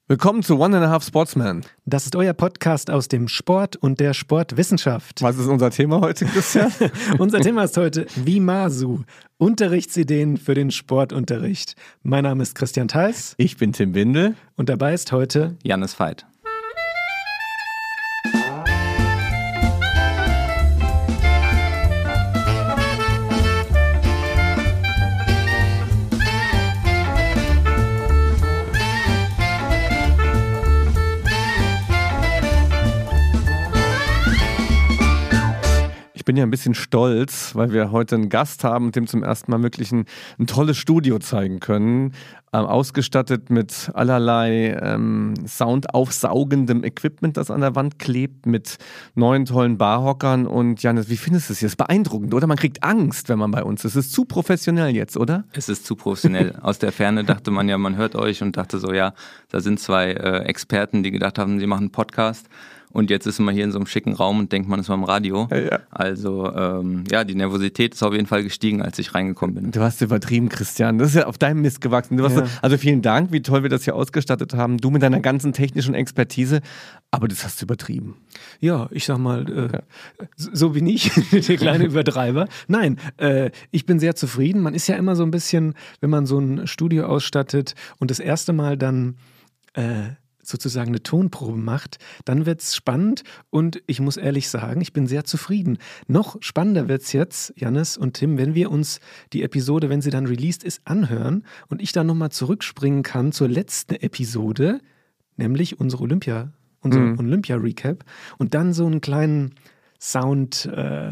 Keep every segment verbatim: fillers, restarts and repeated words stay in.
Willkommen zu One and a Half Sportsman. Das ist euer Podcast aus dem Sport und der Sportwissenschaft. Was ist unser Thema heute, Christian? Unser Thema ist heute Vimasu, Unterrichtsideen für den Sportunterricht. Mein Name ist Christian Theis. Ich bin Tim Windel. Und dabei ist heute Jannis Veit. Ich bin ja ein bisschen stolz, weil wir heute einen Gast haben und dem zum ersten Mal wirklich ein, ein tolles Studio zeigen können. Ähm, ausgestattet mit allerlei ähm, soundaufsaugendem Equipment, das an der Wand klebt, mit neuen tollen Barhockern. Und Jannis, wie findest du es hier? Das ist beeindruckend, oder? Man kriegt Angst, wenn man bei uns ist. Es ist zu professionell jetzt, oder? Es ist zu professionell. Aus der Ferne dachte man ja, man hört euch und dachte so, ja, da sind zwei äh, Experten, die gedacht haben, sie machen einen Podcast. Und jetzt ist man hier in so einem schicken Raum und denkt, man ist mal im Radio. Ja, ja. Also ähm, ja, die Nervosität ist auf jeden Fall gestiegen, als ich reingekommen bin. Du hast übertrieben, Christian. Das ist ja auf deinem Mist gewachsen. Du hast ja. so, also vielen Dank, wie toll wir das hier ausgestattet haben. Du mit deiner ganzen technischen Expertise. Aber das hast du übertrieben. Ja, ich sag mal, äh, ja. so bin ich, der kleine Übertreiber. Nein, äh, ich bin sehr zufrieden. Man ist ja immer so ein bisschen, wenn man so ein Studio ausstattet und das erste Mal dann äh, sozusagen eine Tonprobe macht, dann wird es spannend und ich muss ehrlich sagen, ich bin sehr zufrieden. Noch spannender wird es jetzt, Jannis und Tim, wenn wir uns die Episode, wenn sie dann released ist, anhören und ich dann nochmal zurückspringen kann zur letzten Episode, nämlich unsere Olympia, unser mhm. Olympia-Recap und dann so einen kleinen Sound, äh,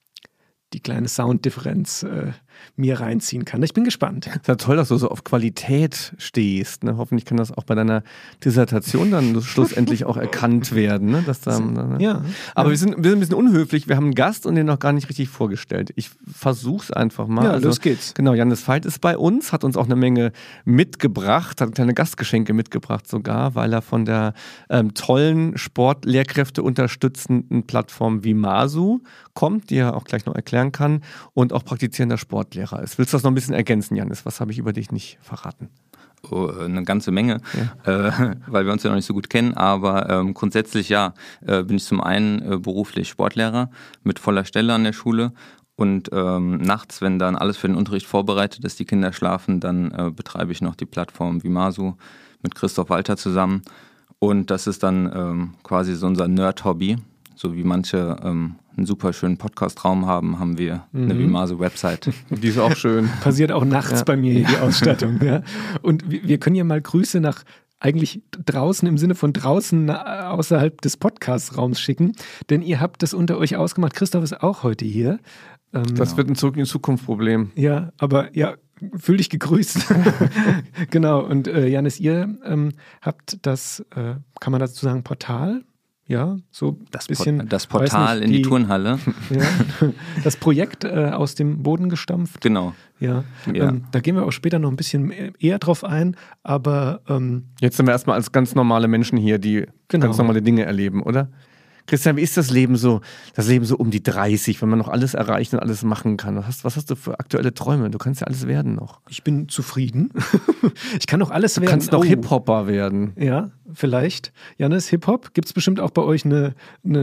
die kleine Sounddifferenz äh, mir reinziehen kann. Ich bin gespannt. Es ist ja toll, dass du so auf Qualität stehst. Ne? Hoffentlich kann das auch bei deiner Dissertation dann schlussendlich auch erkannt werden. Ne? Dass da, ne? Ja. Aber ja. Wir, sind, wir sind ein bisschen unhöflich. Wir haben einen Gast und den noch gar nicht richtig vorgestellt. Ich versuch's einfach mal. Ja, also, los geht's. Genau, Jannis Veit ist bei uns, hat uns auch eine Menge mitgebracht, hat kleine Gastgeschenke mitgebracht sogar, weil er von der ähm, tollen Sportlehrkräfte unterstützenden Plattform Vimasu kommt, die er auch gleich noch erklären kann und auch praktizierender Sportlehrer ist. Willst du das noch ein bisschen ergänzen, Jannis? Was habe ich über dich nicht verraten? Oh, eine ganze Menge, ja. äh, weil wir uns ja noch nicht so gut kennen, aber ähm, grundsätzlich ja, äh, bin ich zum einen äh, beruflich Sportlehrer mit voller Stelle an der Schule und ähm, nachts, wenn dann alles für den Unterricht vorbereitet ist, die Kinder schlafen, dann äh, betreibe ich noch die Plattform Vimasu mit Christoph Walter zusammen und das ist dann ähm, quasi so unser Nerd-Hobby, so wie manche ähm, einen super schönen Podcast-Raum haben, haben wir eine mhm. Vimasu-Website. Die ist auch schön. Passiert auch nachts ja. bei mir hier die Ausstattung. Ja. Und wir können ja mal Grüße nach eigentlich draußen im Sinne von draußen außerhalb des Podcast-Raums schicken, denn ihr habt das unter euch ausgemacht. Christoph ist auch heute hier. Ähm, das wird ein Zurück in Zukunft Problem. Ja, aber ja, fühl dich gegrüßt. Genau, und äh, Jannis, ihr ähm, habt das, äh, kann man dazu sagen, Portal? Ja, so das bisschen. Port- das Portal nicht, in die, die Turnhalle. Ja, das Projekt äh, aus dem Boden gestampft. Genau. Ja, ja. Ähm, da gehen wir auch später noch ein bisschen eher drauf ein, aber ähm, jetzt sind wir erstmal als ganz normale Menschen hier, die genau. ganz normale Dinge erleben, oder? Christian, wie ist das Leben so, das Leben so um die dreißig, wenn man noch alles erreichen und alles machen kann? Was hast, was hast du für aktuelle Träume? Du kannst ja alles werden noch. Ich bin zufrieden. Ich kann noch alles du werden. Du kannst noch oh. Hip-Hopper werden. Ja, vielleicht. Jannis, Hip-Hop? Gibt es bestimmt auch bei euch eine, eine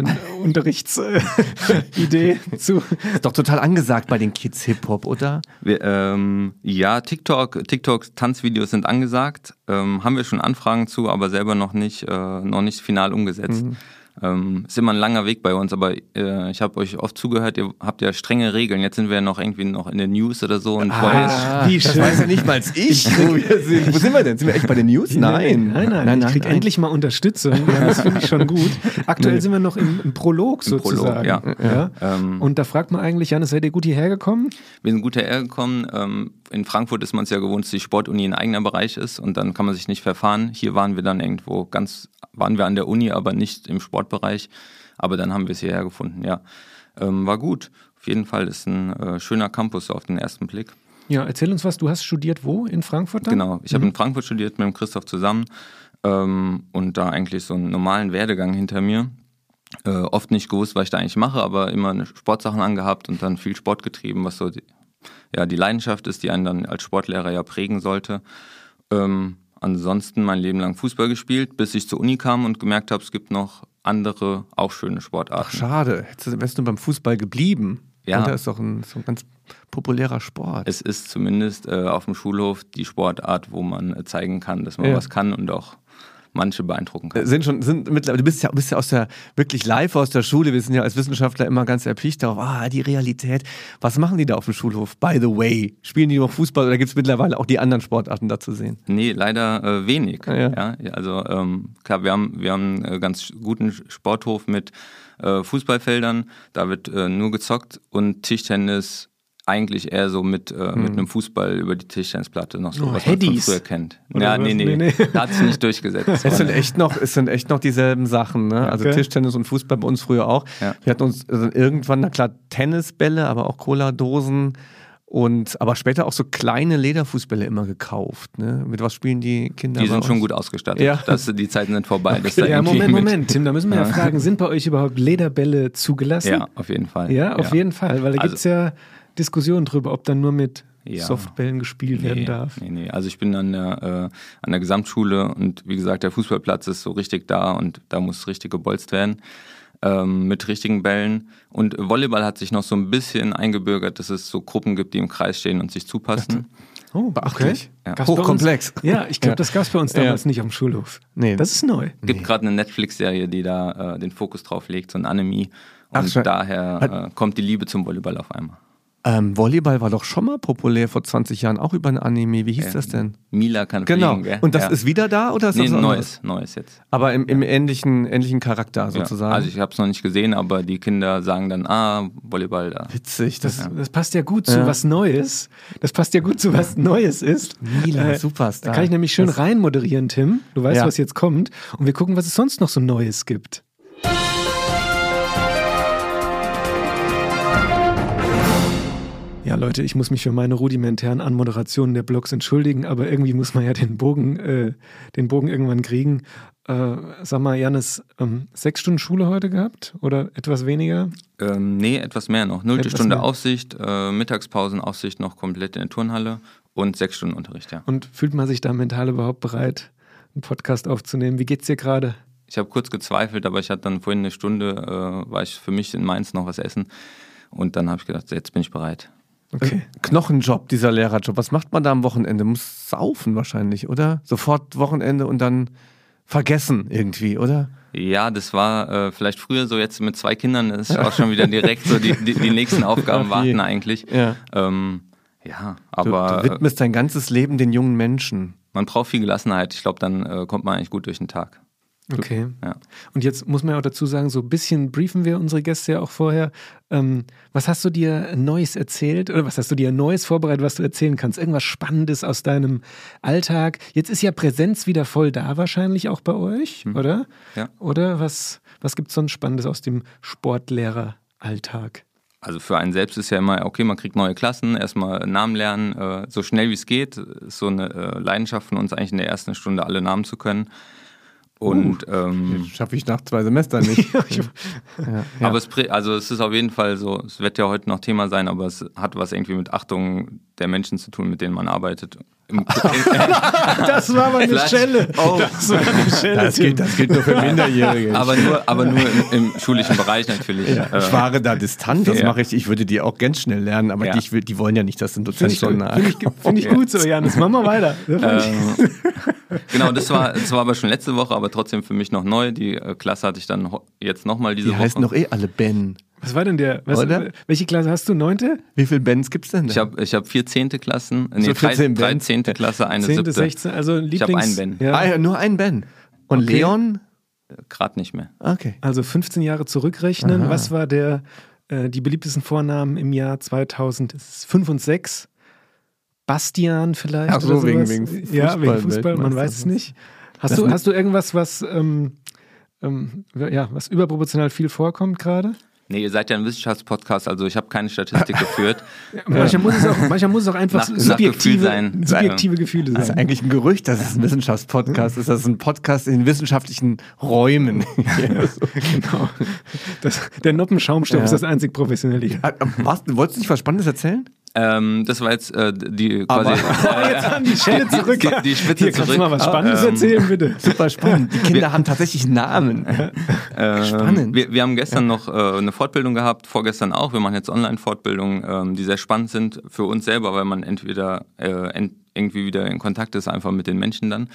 Unterrichtsidee zu? Ist doch total angesagt bei den Kids Hip-Hop, oder? Wir, ähm, ja, TikTok, TikTok Tanzvideos sind angesagt. Ähm, haben wir schon Anfragen zu, aber selber noch nicht, äh, noch nicht final umgesetzt. Mhm. Ähm, ist immer ein langer Weg bei uns, aber äh, ich habe euch oft zugehört, ihr habt ja strenge Regeln. Jetzt sind wir ja noch irgendwie noch in den News oder so. Und ah, wie schön. Das weiß ja nicht mal als ich. Wo, wir sind. Wo sind wir denn? Sind wir echt bei den News? Nein. Nein, nein, nein. Ich krieg nein. endlich mal Unterstützung. Ja, das finde ich schon gut. Aktuell nee. sind wir noch im, im Prolog Im sozusagen. Prolog, ja. Ja. Ähm, und da fragt man eigentlich, Jannis, seid ihr gut hierher gekommen? Wir sind gut hierher gekommen. Ähm, in Frankfurt ist man es ja gewohnt, dass die Sportuni ein eigener Bereich ist und dann kann man sich nicht verfahren. Hier waren wir dann irgendwo ganz, waren wir an der Uni, aber nicht im Sportbereich. Aber dann haben wir es hierher gefunden, ja. Ähm, war gut. Auf jeden Fall ist ein äh, schöner Campus auf den ersten Blick. Ja, erzähl uns was. Du hast studiert wo? In Frankfurt dann? Genau. Ich mhm. habe in Frankfurt studiert mit dem Christoph zusammen ähm, und da eigentlich so einen normalen Werdegang hinter mir. Äh, oft nicht gewusst, was ich da eigentlich mache, aber immer eine Sportsachen angehabt und dann viel Sport getrieben, was so die, ja, die Leidenschaft ist, die einen dann als Sportlehrer ja prägen sollte. Ähm, ansonsten mein Leben lang Fußball gespielt, bis ich zur Uni kam und gemerkt habe, es gibt noch andere, auch schöne Sportarten. Ach, schade. Hättest, wärst du beim Fußball geblieben. Ja. Und das ist doch ein, so ein ganz populärer Sport. Es ist zumindest äh, auf dem Schulhof die Sportart, wo man äh, zeigen kann, dass man ja. was kann und auch manche beeindrucken kann. Sind schon, sind mittlerweile, du bist ja, bist ja aus der, wirklich live aus der Schule. Wir sind ja als Wissenschaftler immer ganz erpicht darauf, ah, die Realität. Was machen die da auf dem Schulhof? By the way, spielen die noch Fußball oder gibt es mittlerweile auch die anderen Sportarten da zu sehen? Nee, leider äh, wenig. Ja. Ja, also ähm, klar, wir haben, wir haben einen ganz guten Sporthof mit äh, Fußballfeldern, da wird äh, nur gezockt und Tischtennis eigentlich eher so mit, äh, hm. mit einem Fußball über die Tischtennisplatte noch so, oh, was Headies. man von früher kennt. Oder ja, nee, nee, nee, nee. Da hat sich nicht durchgesetzt. Es sind echt noch, es sind echt noch dieselben Sachen, ne? Also okay. Tischtennis und Fußball bei uns früher auch. Ja. Wir hatten uns also irgendwann, na klar, Tennisbälle, aber auch Cola-Dosen und aber später auch so kleine Lederfußbälle immer gekauft. Ne? Mit was spielen die Kinder? Die sind bei schon uns? gut ausgestattet. Ja. Das, die Zeiten sind vorbei. Okay. Das da Ja, Moment, mit- Moment, Tim, da müssen wir ja, ja fragen, sind bei euch überhaupt Lederbälle zugelassen? Ja, auf jeden Fall. Ja, auf ja. jeden Fall, weil da Also- gibt es ja Diskussionen drüber, ob dann nur mit Ja. Softbällen gespielt werden Nee, darf. nee, nee. Also ich bin an der, äh, an der Gesamtschule und wie gesagt, der Fußballplatz ist so richtig da und da muss richtig gebolzt werden ähm, mit richtigen Bällen. Und Volleyball hat sich noch so ein bisschen eingebürgert, dass es so Gruppen gibt, die im Kreis stehen und sich zupassen. Oh, Beachtlich. Ja. Gab's bei Hochkomplex. Uns, ja, ich glaube, Ja. das gab es bei uns damals Ja. nicht auf dem Schulhof. Nee. Das ist neu. Gibt gerade eine Netflix-Serie, die da äh, den Fokus drauf legt, so ein Anime. Ach, Und schön. daher äh, kommt die Liebe zum Volleyball auf einmal. Ähm, Volleyball war doch schon mal populär vor zwanzig Jahren, auch über ein Anime. Wie hieß Ähm, das denn? Mila kann Genau. fliegen, gell? Und das ja. ist wieder da oder ist Nee, das was neues, neues jetzt. Aber im, im ähnlichen, ähnlichen Charakter Ja. sozusagen. Also ich habe es noch nicht gesehen, aber die Kinder sagen dann, ah, Volleyball da. Witzig. Das, Das, das passt ja gut zu Ja. was Neues. Das passt ja gut zu was Neues ist. Mila, Äh, Superstar. Da kann ich nämlich schön Das- rein moderieren, Tim. Du weißt, Ja. was jetzt kommt. Und wir gucken, was es sonst noch so Neues gibt. Ja, Leute, ich muss mich für meine rudimentären Anmoderationen der Blogs entschuldigen, aber irgendwie muss man ja den Bogen, äh, den Bogen irgendwann kriegen. Äh, sag mal, Jannis, ähm, sechs Stunden Schule heute gehabt oder etwas weniger? Ähm, nee, etwas mehr noch. Nullte Etwas Stunde mehr. Aufsicht, äh, Mittagspausenaufsicht noch komplett in der Turnhalle und sechs Stunden Unterricht, ja. Und fühlt man sich da mental überhaupt bereit, einen Podcast aufzunehmen? Wie geht's dir gerade? Ich habe kurz gezweifelt, aber ich hatte dann vorhin eine Stunde, äh, war ich für mich in Mainz noch was essen und dann habe ich gedacht, jetzt bin ich bereit. Okay. Knochenjob, dieser Lehrerjob. Was macht man da am Wochenende? Muss saufen wahrscheinlich, oder? Sofort Wochenende und dann vergessen irgendwie, oder? Ja, das war äh, vielleicht früher so, jetzt mit zwei Kindern ist auch schon wieder direkt so, die, die, die nächsten Aufgaben Ach je. warten eigentlich. Ja. Ähm, ja, Du, aber du widmest dein ganzes Leben den jungen Menschen. man braucht viel Gelassenheit. Ich glaube, dann äh, kommt man eigentlich gut durch den Tag. Okay. Ja. Und jetzt muss man ja auch dazu sagen, so ein bisschen briefen wir unsere Gäste ja auch vorher. Ähm, was hast du dir Neues erzählt oder was hast du dir Neues vorbereitet, was du erzählen kannst? Irgendwas Spannendes aus deinem Alltag? Jetzt ist ja Präsenz wieder voll da wahrscheinlich auch bei euch, Hm. oder? Ja. Oder was, was gibt es sonst Spannendes aus dem Sportlehreralltag? Also für einen selbst ist ja immer, okay, man kriegt neue Klassen, erstmal Namen lernen, äh, so schnell wie es geht. Ist so eine äh, Leidenschaft von uns eigentlich in der ersten Stunde alle Namen zu können. Und ähm, Schaffe ich nach zwei Semestern nicht. ja, ja. aber es, prä- also es ist auf jeden Fall so, es wird ja heute noch Thema sein, aber es hat was irgendwie mit Achtung der Menschen zu tun, mit denen man arbeitet. Im, Das war mal eine Vielleicht- Stelle. Oh. Das war eine Stelle. Das gilt, das gilt nur für Minderjährige. aber nur, aber nur im, im schulischen Bereich natürlich. Ja, Äh, ich wahre da Distanz, das Ja. mache ich. Ich würde die auch ganz schnell lernen, aber Ja. die, ich will, die wollen ja nicht, dass du ein Finde Dozent ich, so gut. nah. Find ich, find ich gut so, Janis. Machen wir weiter. Ja, Ähm, genau, das war, das war aber schon letzte Woche, aber trotzdem für mich noch neu. Die äh, Klasse hatte ich dann ho- jetzt nochmal diese Die Woche. heißen doch eh alle Ben. Was war denn der? Was, Oder? welche Klasse hast du? Neunte? Wie viele Bens gibt's denn da? Ich habe ich hab vier zehnte Klassen, nee, So drei, vierzehn drei Bands. zehnte Klasse, eine Zehnte, siebte. sechzehn, also Lieblings... Ich habe einen Ben, Ja. Ah, ja, nur ein Ben. Und Okay. Leon? gerade nicht mehr. Okay. Also fünfzehn Jahre zurückrechnen. Aha. Was war der, äh, die beliebtesten Vornamen im Jahr zweitausendfünf und sechs? Bastian vielleicht? Ach so, oder wegen- sowas? wegen Ja, wegen Fußball- Fußball, man weiß es nicht. Hast du, hast du irgendwas, was, ähm, ähm, ja, was überproportional viel vorkommt gerade? Nee, ihr seid ja ein Wissenschaftspodcast, also ich habe keine Statistik geführt. Ja, manchmal, muss es auch, manchmal muss es auch einfach Nach- nach subjektive, Gefühl sein. subjektive Gefühle Das ist sein. eigentlich ein Gerücht, dass es ein Wissenschaftspodcast ist. Das ist ein Podcast in wissenschaftlichen Räumen. Genau. Das, der Noppenschaumstoff Ja. ist das einzig Professionelle hier. Ah, was, wolltest du nicht was Spannendes erzählen? Ähm, das war jetzt äh, die quasi äh, jetzt an die Schelle zurück. Die, die Spitze Hier, zurück. Kannst du mal was Spannendes ähm, erzählen, bitte? Super spannend. Die Kinder haben tatsächlich Namen. Ähm, Spannend. Wir, wir haben gestern noch äh, eine Fortbildung gehabt, vorgestern auch. Wir machen jetzt Online-Fortbildungen, ähm, die sehr spannend sind für uns selber, weil man entweder äh, ent, irgendwie wieder in Kontakt ist, einfach mit den Menschen dann.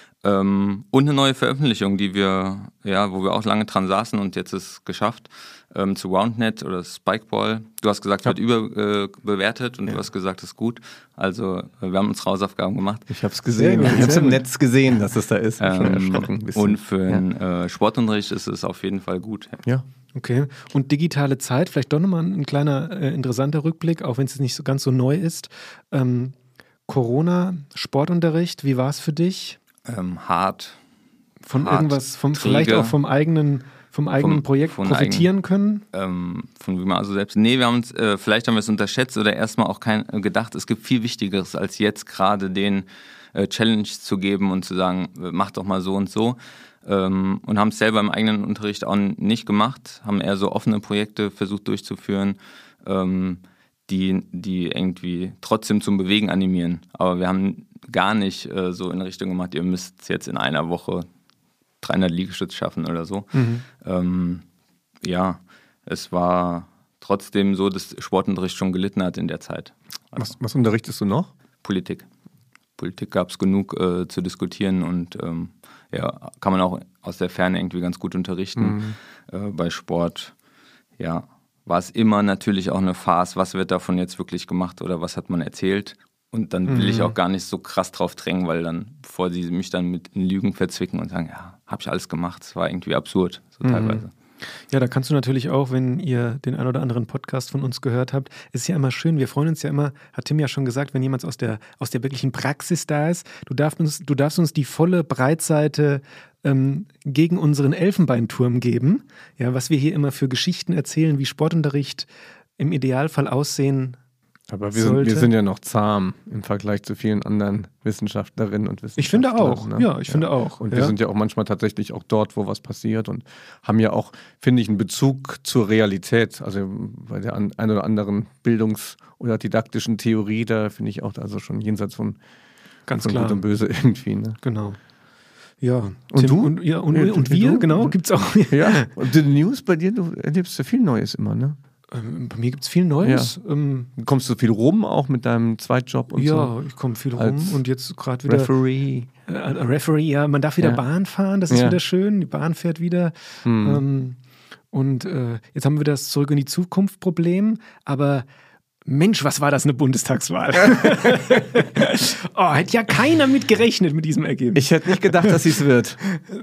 Ähm, und eine neue Veröffentlichung, die wir, ja, wo wir auch lange dran saßen und jetzt ist es geschafft, ähm, zu Roundnet oder Spikeball. Du hast gesagt, es wird überbewertet äh, und ja. du hast gesagt, es ist gut. Also wir haben uns Hausaufgaben gemacht. Ich habe es gesehen. Ich habe es im Netz gesehen, dass es da ist. Ich bin schon ähm, erschrocken. Ein bisschen. Und für ja. den äh, Sportunterricht ist es auf jeden Fall gut. Ja. Okay. Und digitale Zeit, vielleicht doch nochmal ein kleiner äh, interessanter Rückblick, auch wenn es nicht so ganz so neu ist. Ähm, Corona, Sportunterricht, wie war es für dich? Ähm, hart. Von hart, irgendwas, vom, träge, vielleicht auch vom eigenen, vom eigenen vom, Projekt von profitieren eigen, können? Ähm, von wie man also selbst. Nee, wir haben uns, äh, vielleicht haben wir es unterschätzt oder erstmal auch kein, äh, gedacht, es gibt viel Wichtigeres, als jetzt gerade den äh, Challenge zu geben und zu sagen, mach doch mal so und so. Ähm, und haben es selber im eigenen Unterricht auch nicht gemacht, haben eher so offene Projekte versucht durchzuführen, ähm, die, die irgendwie trotzdem zum Bewegen animieren. Aber wir haben gar nicht äh, so in Richtung gemacht, ihr müsst jetzt in einer Woche dreihundert Liegestütze schaffen oder so. Mhm. Ähm, ja, es war trotzdem so, dass Sportunterricht schon gelitten hat in der Zeit. Also was, was unterrichtest du noch? Politik. Politik gab es genug äh, zu diskutieren und ähm, ja, kann man auch aus der Ferne irgendwie ganz gut unterrichten. Mhm. Äh, bei Sport, ja, war es immer natürlich auch eine Farce, was wird davon jetzt wirklich gemacht oder was hat man erzählt. Und dann will mhm. ich auch gar nicht so krass drauf drängen, weil dann, bevor sie mich dann mit in Lügen verzwicken und sagen, ja, habe ich alles gemacht, das war irgendwie absurd, so mhm. teilweise. Ja, da kannst du natürlich auch, wenn ihr den ein oder anderen Podcast von uns gehört habt, ist ja immer schön, wir freuen uns ja immer, hat Tim ja schon gesagt, wenn jemand aus der, aus der wirklichen Praxis da ist, du darfst uns, du darfst uns die volle Breitseite ähm, gegen unseren Elfenbeinturm geben, ja, was wir hier immer für Geschichten erzählen, wie Sportunterricht im Idealfall aussehen Aber wir sind, wir sind ja noch zahm im Vergleich zu vielen anderen Wissenschaftlerinnen und Wissenschaftlern. Ich finde auch, ne? ja, ich ja. finde auch. Und ja. wir sind ja auch manchmal tatsächlich auch dort, wo was passiert und haben ja auch, finde ich, einen Bezug zur Realität. Also bei der ein oder anderen Bildungs- oder didaktischen Theorie, da finde ich auch also schon jenseits von, Ganz von klar. Gut und Böse irgendwie. Ne? Genau. Ja. Und Tim, du? Und, ja, und, Ja, und du, wir, du? genau, gibt es auch. Ja, und die News bei dir, du erlebst ja viel Neues immer, ne? Ähm, bei mir gibt es viel Neues. Ja. Ähm, Kommst du viel rum, auch mit deinem Zweitjob und ja, so? ich komme viel rum Als und jetzt gerade wieder. Referee. Äh, Referee, ja, man darf wieder Ja. Bahn fahren, das ist Ja. wieder schön, die Bahn fährt wieder. Hm. Ähm, und äh, jetzt haben wir wieder das Zurück in die Zukunft Problem, aber Mensch, was war das eine Bundestagswahl? Oh, hätte ja keiner mit gerechnet mit diesem Ergebnis. Ich hätte nicht gedacht, dass sie es wird.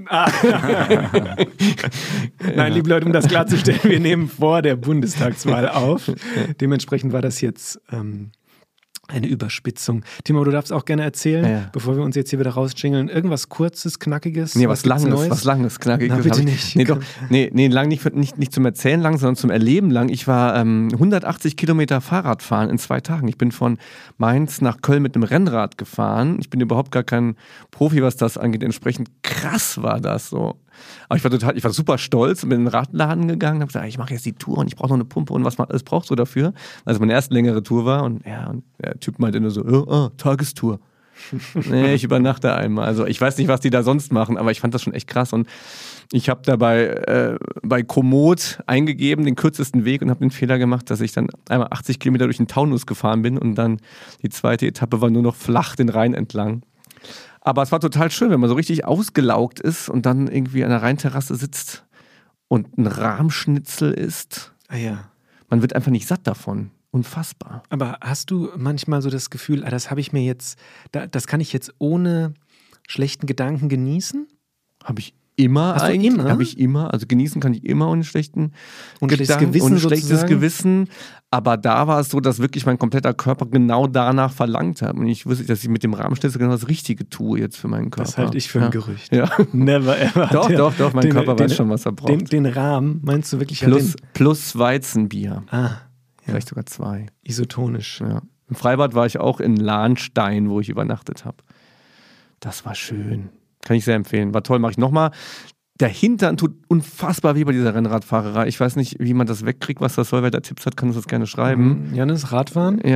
Nein, liebe Leute, um das klarzustellen, wir nehmen vor der Bundestagswahl auf. Dementsprechend war das jetzt ähm, eine Überspitzung. Timo, du darfst auch gerne erzählen, Ja. bevor wir uns jetzt hier wieder rausjingeln, irgendwas Kurzes, Knackiges? Nee, was, gibt's Langes, Neues? was Langes, Knackiges. Na, bitte Hab ich- nicht. Nee, doch, nee, nee lang nicht, nicht, nicht zum Erzählen lang, sondern zum Erleben lang. Ich war ähm, hundertachtzig Kilometer Fahrrad fahren in zwei Tagen. Ich bin von Mainz nach Köln mit einem Rennrad gefahren. Ich bin überhaupt gar kein Profi, was das angeht. Entsprechend krass war das so. Aber ich war total, ich war super stolz und bin in den Radladen gegangen und habe gesagt, ich mache jetzt die Tour und ich brauche noch eine Pumpe und was man alles braucht so dafür. Also meine erste längere Tour war und ja, und der Typ meinte nur so, oh, oh, Tagestour. Nee, ich übernachte einmal. Also ich weiß nicht, was die da sonst machen, aber ich fand das schon echt krass. Und ich habe dabei äh, bei Komoot eingegeben, den kürzesten Weg und habe den Fehler gemacht, dass ich dann einmal achtzig Kilometer durch den Taunus gefahren bin und dann die zweite Etappe war nur noch flach den Rhein entlang. Aber es war total schön, wenn man so richtig ausgelaugt ist und dann irgendwie an der Rheinterrasse sitzt und ein Rahmschnitzel isst. Ah ja. Man wird einfach nicht satt davon. Unfassbar. Aber hast du manchmal so das Gefühl, ah, das habe ich mir jetzt, da, das kann ich jetzt ohne schlechten Gedanken genießen? Habe ich immer Hast du eigentlich. immer? Habe ich immer. Also genießen kann ich immer ohne schlechten Und schlechtes Gedanken Gewissen und schlechtes sozusagen? Gewissen. Aber da war es so, dass wirklich mein kompletter Körper genau danach verlangt hat. Und ich wusste, dass ich mit dem Rahmenschnitzel genau das Richtige tue jetzt für meinen Körper. Das halte ich für ein ja. Gerücht. Ja. Never ever. Doch, Der- doch, doch. Mein den- Körper den, weiß schon, was er braucht. Den, den Rahmen, meinst du wirklich? ja, plus, den, plus Weizenbier. ah, ja, Vielleicht sogar zwei. isotonisch. Ja. Im Freibad war ich auch in Lahnstein, wo ich übernachtet habe. Das war schön. Kann ich sehr empfehlen. War toll, mache ich nochmal. Der Hintern tut unfassbar weh bei dieser Rennradfahrerei. Ich weiß nicht, wie man das wegkriegt, was das soll. Wer da Tipps hat, kann uns das gerne schreiben. Mhm. Janis, Radfahren? Ja.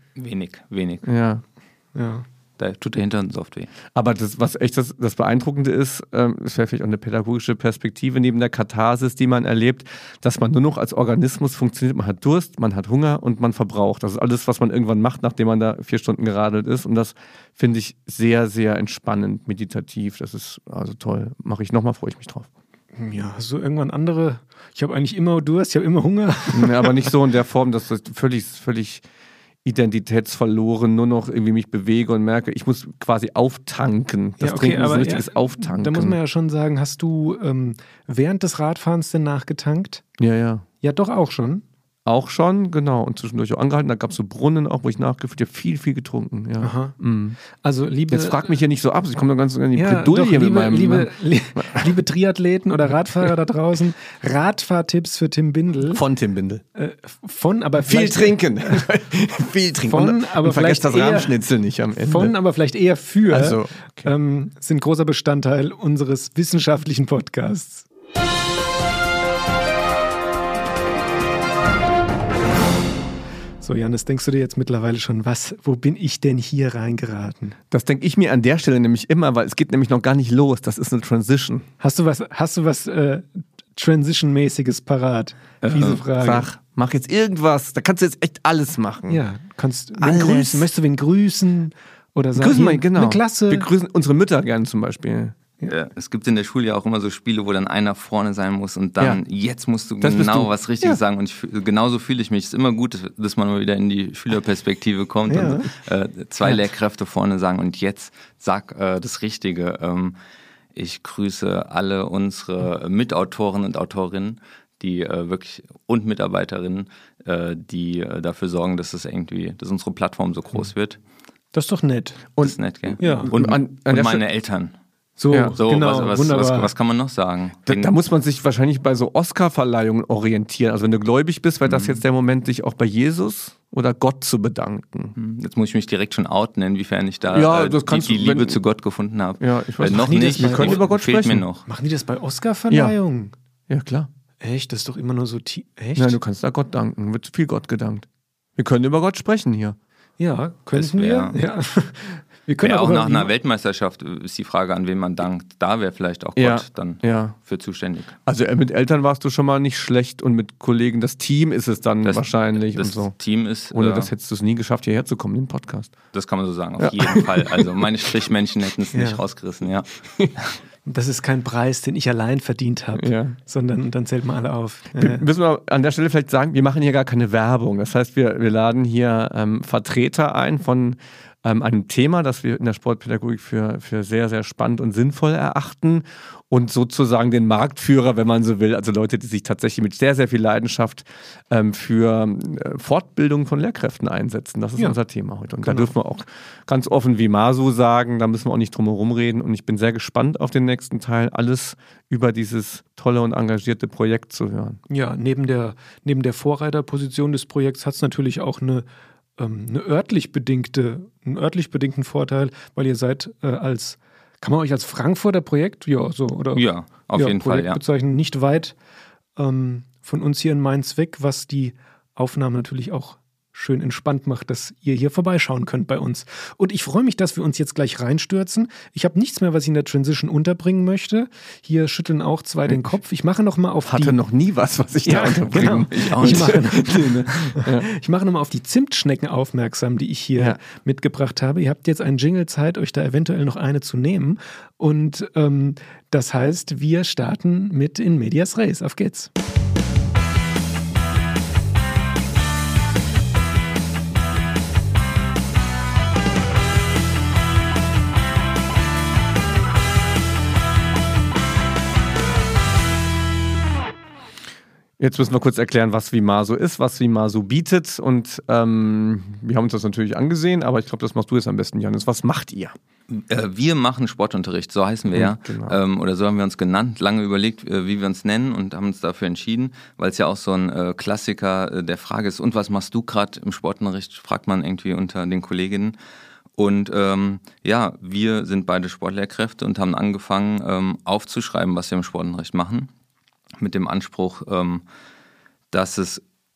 Wenig, wenig. Ja. Ja. Da tut der Hintern so oft weh. Aber das, was echt das, das Beeindruckende ist, ähm, das wäre vielleicht auch eine pädagogische Perspektive neben der Katharsis, die man erlebt, dass man nur noch als Organismus funktioniert. Man hat Durst, man hat Hunger und man verbraucht. Das ist alles, was man irgendwann macht, nachdem man da vier Stunden geradelt ist. Und das finde ich sehr, sehr entspannend, meditativ. Das ist also toll. Mache ich nochmal, freue ich mich drauf. Ja, hast du irgendwann andere? Ich habe eigentlich immer Durst, ich habe immer Hunger. Ja, aber nicht so in der Form, dass das völlig, völlig identitätsverloren, nur noch irgendwie mich bewege und merke, ich muss quasi auftanken. Das ja, okay, Trinken ist aber ein richtiges ja, Auftanken. Da muss man ja schon sagen, hast du ähm, während des Radfahrens denn nachgetankt? Ja, ja. Ja, doch auch schon. Auch schon, genau. Und zwischendurch auch angehalten. Da gab es so Brunnen auch, wo ich nachgefüllt habe. Viel, viel getrunken. Ja. Aha. Mhm. Also, liebe. Jetzt frag mich hier nicht so ab. Ich komme doch ganz in die ja, Bredouille doch, hier liebe, mit meinem. liebe, li, liebe Triathleten oder Radfahrer da draußen. Radfahrtipps für Tim Bindel. Von Tim Bindel. Äh, von, aber Viel vielleicht. trinken. Viel trinken. Von, und, aber und vergesst das vielleicht eher- Rahmschnitzel nicht am Ende. Von, aber vielleicht eher für. Also, okay. ähm, sind großer Bestandteil unseres wissenschaftlichen Podcasts. So, Janis, denkst du dir jetzt mittlerweile schon, was, wo bin ich denn hier reingeraten? Das denke ich mir an der Stelle nämlich immer, weil es geht nämlich noch gar nicht los. Das ist eine Transition. Hast du was, hast du was äh, Transition-mäßiges parat? Fiese Frage. Sag, mach jetzt irgendwas. Da kannst du jetzt echt alles machen. Ja, kannst wen Alles. grüßen? Möchtest du wen grüßen? Oder sagen, Grüßen wir, hier, genau. eine Klasse. Wir grüßen unsere Mütter gerne zum Beispiel. Ja, es gibt in der Schule ja auch immer so Spiele, wo dann einer vorne sein muss und dann, Ja. jetzt musst du Das bist genau du. was Richtiges Ja. sagen. Und ich, fühl- genauso fühle ich mich. Es ist immer gut, dass, dass man mal wieder in die Schülerperspektive kommt Ja. und äh, zwei Lehrkräfte vorne sagen, und jetzt sag äh, das Richtige. Ähm, ich grüße alle unsere Mitautoren und Autorinnen, die äh, wirklich und Mitarbeiterinnen, äh, die äh, dafür sorgen, dass es irgendwie, dass unsere Plattform so groß wird. Das ist doch nett. Das ist nett, gell? Ja. Und, an- an und der meine Stelle- Eltern. So, Ja. So, genau, was, was, wunderbar. was, was kann man noch sagen? Da, Den- da muss man sich wahrscheinlich bei so Oscar-Verleihungen orientieren. Also wenn du gläubig bist, wäre das jetzt der Moment, dich auch bei Jesus oder Gott zu bedanken. Jetzt muss ich mich direkt schon outen, inwiefern ich da Ja, äh, das kannst die, die du, wenn- Liebe zu Gott gefunden habe. Ja, ich weiß äh, noch nicht, nicht. wir können noch- über Gott fehlt sprechen. mir noch. Machen die das bei Oscar-Verleihungen? Ja, klar. Echt? Das ist doch immer nur so tie- Echt? Nein, du kannst da Gott danken. Wird viel Gott gedankt. Wir können über Gott sprechen hier. Ja, könnten wir? wär- Ja. Wir können Ja, auch aber nach wie- einer Weltmeisterschaft ist die Frage, an wen man dankt. Da wäre vielleicht auch Ja, Gott dann ja. für zuständig. Also äh, mit Eltern warst du schon mal nicht schlecht und mit Kollegen, das Team ist es dann Das- wahrscheinlich Das und so. Team ist, Ohne äh, das hättest du es nie geschafft, hierher zu kommen, in den Podcast. das kann man so sagen, auf jeden Fall. Also meine Strichmännchen hätten es Ja. nicht rausgerissen, ja. Das ist kein Preis, den ich allein verdient habe, Ja. sondern dann zählt mal alle auf. Wir Äh, müssen wir an der Stelle vielleicht sagen, wir machen hier gar keine Werbung. Das heißt, wir, wir laden hier ähm, Vertreter ein von ähm, einem Thema, das wir in der Sportpädagogik für, für sehr, sehr spannend und sinnvoll erachten und sozusagen den Marktführer, wenn man so will, also Leute, die sich tatsächlich mit sehr, sehr viel Leidenschaft ähm, für äh, Fortbildung von Lehrkräften einsetzen. Das ist Ja. unser Thema heute. Und Genau. da dürfen wir auch ganz offen wie Masu sagen, da müssen wir auch nicht drum herum reden. Und ich bin sehr gespannt auf den nächsten Teil, alles über dieses tolle und engagierte Projekt zu hören. ja, neben der, neben der Vorreiterposition des Projekts hat es natürlich auch eine, ähm, eine örtlich bedingte, einen örtlich bedingten Vorteil, weil ihr seid äh, als, kann man euch als Frankfurter Projekt, ja, so, oder? Ja, auf jeden Fall, Projekt ja. bezeichnen, nicht weit ähm, von uns hier in Mainz weg, was die Aufnahme natürlich auch schön entspannt macht, dass ihr hier vorbeischauen könnt bei uns. Und ich freue mich, dass wir uns jetzt gleich reinstürzen. Ich habe nichts mehr, was ich in der Transition unterbringen möchte. Hier schütteln auch zwei den Kopf. Ich mache noch mal auf Hatte die... noch nie was, was ich Ja, da unterbringe. genau. Ich auch Ich nicht. mache, ich mache nochmal auf die Zimtschnecken aufmerksam, die ich hier Ja. mitgebracht habe. Ihr habt jetzt einen Jingle Zeit, euch da eventuell noch eine zu nehmen. Und ähm, das heißt, wir starten mit in Medias Res. Auf geht's. Jetzt müssen wir kurz erklären, was Vimaso ist, was Vimaso bietet. Und ähm, wir haben uns das natürlich angesehen, aber ich glaube, das machst du jetzt am besten, Janis. Was macht ihr? Äh, Wir machen Sportunterricht, so heißen wir ja. Genau. Ähm, oder so haben wir uns genannt, lange überlegt, äh, wie wir uns nennen und haben uns dafür entschieden, weil es ja auch so ein äh, Klassiker äh, der Frage ist, und was machst du gerade im Sportunterricht, fragt man irgendwie unter den Kolleginnen. Und ähm, ja, wir sind beide Sportlehrkräfte und haben angefangen ähm, aufzuschreiben, was wir im Sportunterricht machen, mit dem Anspruch, ähm, dass es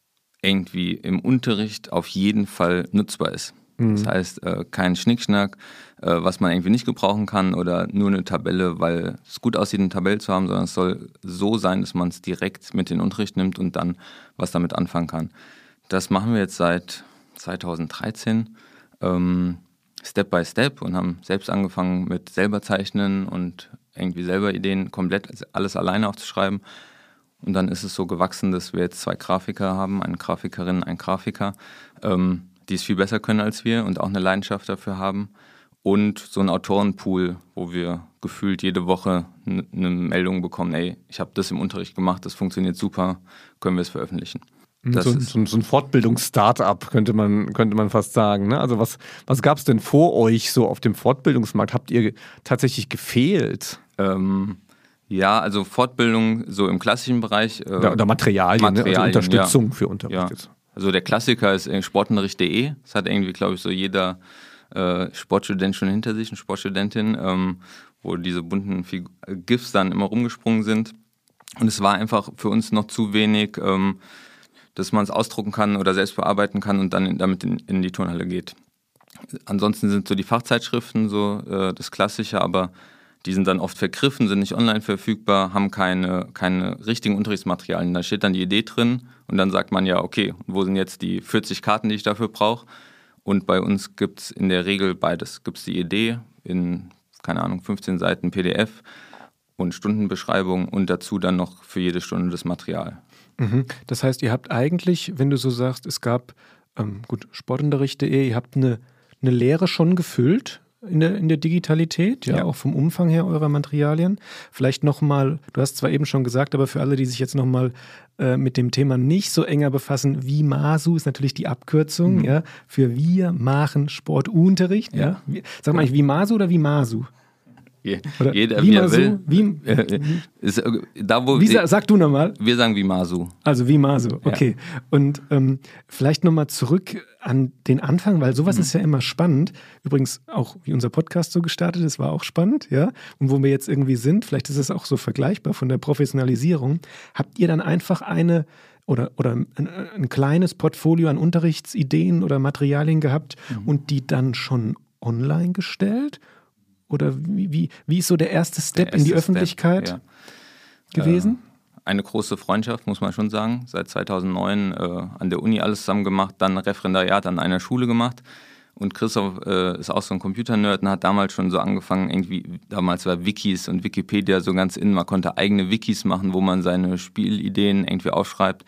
irgendwie im Unterricht auf jeden Fall nutzbar ist. Mhm. Das heißt, äh, kein Schnickschnack, äh, was man irgendwie nicht gebrauchen kann oder nur eine Tabelle, weil es gut aussieht, eine Tabelle zu haben, sondern es soll so sein, dass man es direkt mit in den Unterricht nimmt und dann was damit anfangen kann. Das machen wir jetzt seit zweitausenddreizehn, ähm, Step by Step, und haben selbst angefangen mit selber zeichnen und irgendwie selber Ideen komplett alles alleine aufzuschreiben. Und dann ist es so gewachsen, dass wir jetzt zwei Grafiker haben, eine Grafikerin, einen Grafiker, ähm, die es viel besser können als wir und auch eine Leidenschaft dafür haben. Und so ein Autorenpool, wo wir gefühlt jede Woche n- eine Meldung bekommen, ey, ich habe das im Unterricht gemacht, das funktioniert super, können wir es veröffentlichen. Das so, ist so, so ein Fortbildungs-Startup könnte man, könnte man fast sagen. Ne? Also was, was gab es denn vor euch so auf dem Fortbildungsmarkt? Habt ihr tatsächlich gefehlt? ähm, Ja, also Fortbildung so im klassischen Bereich. Äh, Oder, oder Materialien, Materialien, ne? Also Unterstützung ja. für Unterricht Ja. jetzt. Also der Klassiker ist sportunterricht punkt de. Das hat irgendwie, glaube ich, so jeder äh, Sportstudent schon hinter sich, eine Sportstudentin, ähm, wo diese bunten Fig- GIFs dann immer rumgesprungen sind. Und es war einfach für uns noch zu wenig, ähm, dass man es ausdrucken kann oder selbst bearbeiten kann und dann in, damit in, in die Turnhalle geht. Ansonsten sind so die Fachzeitschriften so äh, das Klassische, aber die sind dann oft vergriffen, sind nicht online verfügbar, haben keine, keine richtigen Unterrichtsmaterialien. Da steht dann die Idee drin und dann sagt man ja, okay, wo sind jetzt die vierzig Karten, die ich dafür brauche? Und bei uns gibt es in der Regel beides. Gibt es die Idee in, keine Ahnung, fünfzehn Seiten P D F und Stundenbeschreibung und dazu dann noch für jede Stunde das Material. Mhm. Das heißt, ihr habt eigentlich, wenn du so sagst, es gab, ähm, gut, sportunterricht punkt de, ihr habt eine, eine Lehre schon gefüllt in der, in der Digitalität, ja, Ja. auch vom Umfang her eurer Materialien. Vielleicht nochmal, du hast zwar eben schon gesagt, aber für alle, die sich jetzt nochmal äh, mit dem Thema nicht so enger befassen, WIMASU ist natürlich die Abkürzung, Mhm. ja, für Wir machen Sportunterricht, ja. Ja. Wie, sag mal, eigentlich WIMASU oder WIMASU? Je, Oder jeder, wie er WIMASU? will. Wie, Äh, ist, äh, da, wo wie, wir, sa- sag du nochmal. wir sagen WIMASU. Also WIMASU, okay. Ja. Und ähm, vielleicht nochmal zurück an den Anfang, weil sowas mhm. ist ja immer spannend. Übrigens auch, wie unser Podcast so gestartet ist, war auch spannend, ja. Und wo wir jetzt irgendwie sind, vielleicht ist es auch so vergleichbar von der Professionalisierung. Habt ihr dann einfach eine oder, oder ein, ein kleines Portfolio an Unterrichtsideen oder Materialien gehabt mhm. und die dann schon online gestellt? Oder wie, wie, wie ist so der erste Step der erste in die Öffentlichkeit Step, ja. gewesen? Äh, eine große Freundschaft, muss man schon sagen. Seit zweitausendneun äh, an der Uni alles zusammen gemacht, dann Referendariat an einer Schule gemacht. Und Christoph äh, ist auch so ein Computer-Nerd und hat damals schon so angefangen, irgendwie, damals war Wikis und Wikipedia so ganz in, man konnte eigene Wikis machen, wo man seine Spielideen irgendwie aufschreibt.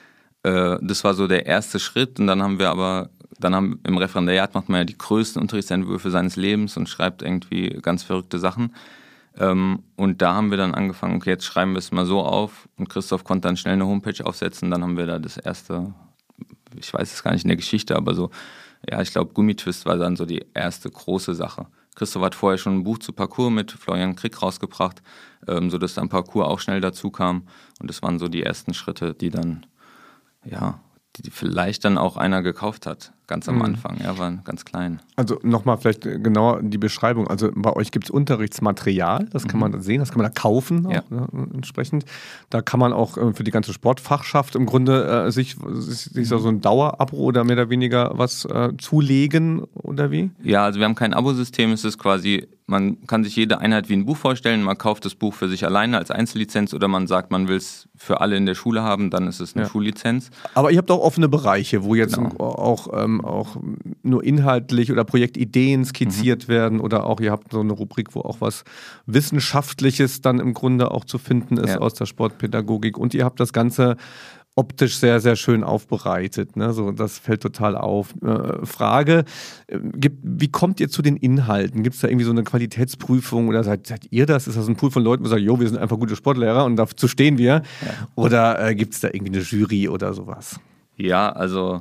Äh, das war so der erste Schritt, und dann haben wir aber Dann haben, im Referendariat macht man ja die größten Unterrichtsentwürfe seines Lebens und schreibt irgendwie ganz verrückte Sachen. Ähm, und da haben wir dann angefangen, okay, jetzt schreiben wir es mal so auf. Und Christoph konnte dann schnell eine Homepage aufsetzen. Dann haben wir da das erste, ich weiß es gar nicht in der Geschichte, aber so, ja, ich glaube, Gummitwist war dann so die erste große Sache. Christoph hat vorher schon ein Buch zu Parkour mit Florian Krick rausgebracht, ähm, sodass dann Parkour auch schnell dazu kam. Und das waren so die ersten Schritte, die dann, ja, die vielleicht dann auch einer gekauft hat, ganz am mhm. Anfang, ja, waren ganz klein. Also nochmal vielleicht genauer die Beschreibung, also bei euch gibt es Unterrichtsmaterial, das kann mhm. man sehen, das kann man da kaufen, ja. auch, ne, entsprechend. Da kann man auch äh, für die ganze Sportfachschaft im Grunde äh, sich, sich so ein Dauerabo oder mehr oder weniger was äh, zulegen, oder wie? Ja, also wir haben kein Abosystem, es ist quasi, man kann sich jede Einheit wie ein Buch vorstellen, man kauft das Buch für sich alleine als Einzellizenz oder man sagt, man will es für alle in der Schule haben, dann ist es eine ja. Schullizenz. Aber ihr habt auch offene Bereiche, wo jetzt genau. auch, ähm, auch nur inhaltlich oder Projektideen skizziert mhm. werden, oder auch ihr habt so eine Rubrik, wo auch was Wissenschaftliches dann im Grunde auch zu finden ist ja. aus der Sportpädagogik, und ihr habt das Ganze optisch sehr, sehr schön aufbereitet. Ne? So, das fällt total auf. Äh, Frage, äh, gibt, wie kommt ihr zu den Inhalten? Gibt es da irgendwie so eine Qualitätsprüfung, oder seid, seid ihr das? Ist das ein Pool von Leuten, die sagen, jo, wir sind einfach gute Sportlehrer und dazu stehen wir? Ja. Oder äh, gibt es da irgendwie eine Jury oder sowas? Ja, also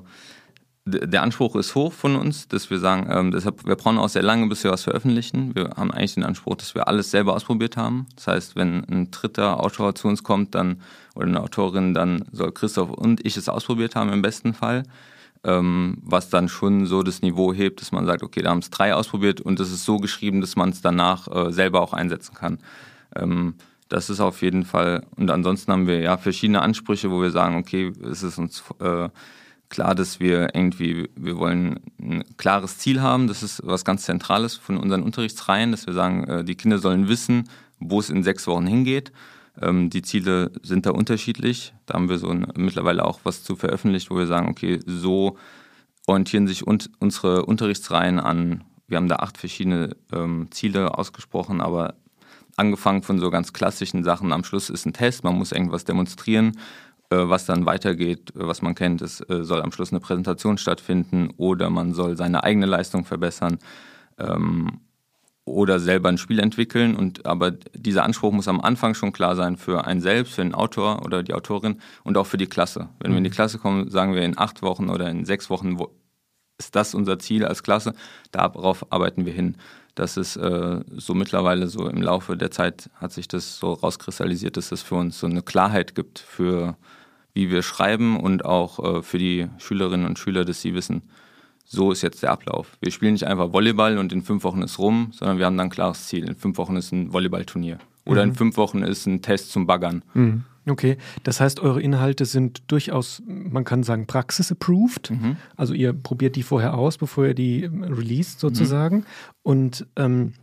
der Anspruch ist hoch von uns, dass wir sagen, ähm, deshalb, wir brauchen auch sehr lange, bis wir was veröffentlichen. Wir haben eigentlich den Anspruch, dass wir alles selber ausprobiert haben. Das heißt, wenn ein dritter Autor zu uns kommt, dann oder eine Autorin, dann soll Christoph und ich es ausprobiert haben im besten Fall. Ähm, was dann schon so das Niveau hebt, dass man sagt, okay, da haben es drei ausprobiert und es ist so geschrieben, dass man es danach äh, selber auch einsetzen kann. Ähm, das ist auf jeden Fall, und ansonsten haben wir ja verschiedene Ansprüche, wo wir sagen, okay, es ist uns äh, klar, dass wir irgendwie, wir wollen ein klares Ziel haben. Das ist was ganz Zentrales von unseren Unterrichtsreihen, dass wir sagen, die Kinder sollen wissen, wo es in sechs Wochen hingeht. Die Ziele sind da unterschiedlich. Da haben wir so ein, mittlerweile auch was zu veröffentlicht, wo wir sagen, okay, so orientieren sich un- unsere Unterrichtsreihen an. Wir haben da acht verschiedene ähm, Ziele ausgesprochen, aber angefangen von so ganz klassischen Sachen. Am Schluss ist ein Test, man muss irgendwas demonstrieren, äh, was dann weitergeht, äh, was man kennt. Es äh, soll am Schluss eine Präsentation stattfinden oder man soll seine eigene Leistung verbessern. Ähm, oder selber ein Spiel entwickeln. Und aber dieser Anspruch muss am Anfang schon klar sein für einen selbst, für den Autor oder die Autorin und auch für die Klasse. Wenn mhm. wir in die Klasse kommen, sagen wir in acht Wochen oder in sechs Wochen, wo ist das unser Ziel als Klasse, darauf arbeiten wir hin. Das ist äh, so mittlerweile so im Laufe der Zeit hat sich das so rauskristallisiert, dass es für uns so eine Klarheit gibt für wie wir schreiben und auch äh, für die Schülerinnen und Schüler, dass sie wissen, so ist jetzt der Ablauf. Wir spielen nicht einfach Volleyball und in fünf Wochen ist rum, sondern wir haben dann ein klares Ziel. In fünf Wochen ist ein Volleyballturnier. Oder mhm. in fünf Wochen ist ein Test zum Baggern. Mhm. Okay, das heißt, eure Inhalte sind durchaus, man kann sagen, praxis-approved. Mhm. Also ihr probiert die vorher aus, bevor ihr die released sozusagen. Mhm. Und ähm,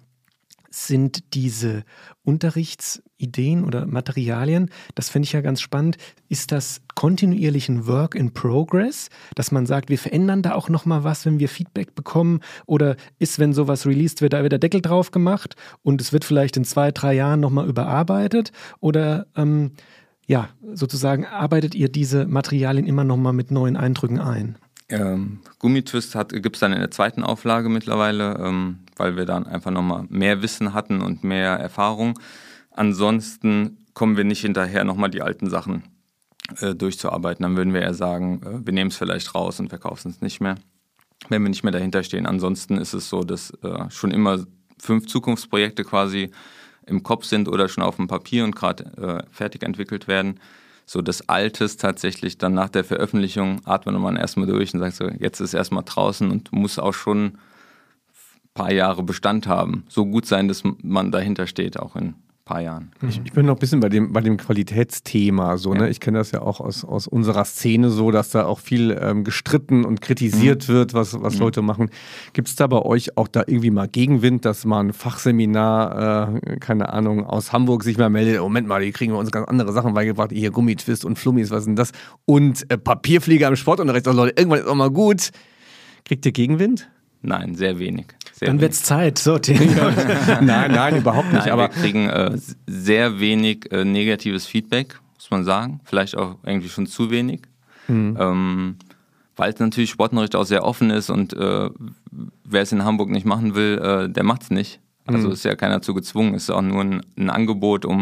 sind diese Unterrichtsideen oder Materialien, das finde ich ja ganz spannend, ist das kontinuierlich ein Work in Progress, dass man sagt, wir verändern da auch nochmal was, wenn wir Feedback bekommen, oder ist, wenn sowas released wird, da wird der Deckel drauf gemacht und es wird vielleicht in zwei, drei Jahren nochmal überarbeitet, oder ähm, ja, sozusagen arbeitet ihr diese Materialien immer nochmal mit neuen Eindrücken ein? Ähm, Gummitwist gibt es dann in der zweiten Auflage mittlerweile, ähm, weil wir dann einfach nochmal mehr Wissen hatten und mehr Erfahrung. Ansonsten kommen wir nicht hinterher, nochmal die alten Sachen äh, durchzuarbeiten. Dann würden wir eher sagen, äh, wir nehmen es vielleicht raus und verkaufen es nicht mehr, wenn wir nicht mehr dahinter stehen. Ansonsten ist es so, dass äh, schon immer fünf Zukunftsprojekte quasi im Kopf sind oder schon auf dem Papier und gerade äh, fertig entwickelt werden. So das Altes tatsächlich dann nach der Veröffentlichung atmet man erstmal durch und sagt so, jetzt ist erstmal draußen und muss auch schon ein paar Jahre Bestand haben. So gut sein, dass man dahinter steht, auch in ein paar Jahren. Ich, ich bin noch ein bisschen bei dem, bei dem Qualitätsthema. So, ja. ne? Ich kenne das ja auch aus, aus unserer Szene so, dass da auch viel ähm, gestritten und kritisiert mhm. wird, was, was mhm. Leute machen. Gibt es da bei euch auch da irgendwie mal Gegenwind, dass mal ein Fachseminar, äh, keine Ahnung, aus Hamburg sich mal meldet, Moment mal, die kriegen wir uns ganz andere Sachen beigebracht, hier Gummitwist und Flummis, was ist denn das? Und äh, Papierflieger im Sportunterricht, also Leute, irgendwann ist auch mal gut. Kriegt ihr Gegenwind? Nein, sehr wenig. Sehr Dann wird es Zeit. So, nein, nein, überhaupt nicht. Nein, aber wir kriegen äh, sehr wenig äh, negatives Feedback, muss man sagen. Vielleicht auch irgendwie schon zu wenig. Mhm. Ähm, weil es natürlich Sportunterricht auch sehr offen ist und äh, wer es in Hamburg nicht machen will, äh, der macht es nicht. Also mhm. ist ja keiner zu gezwungen. Es ist auch nur ein, ein Angebot, um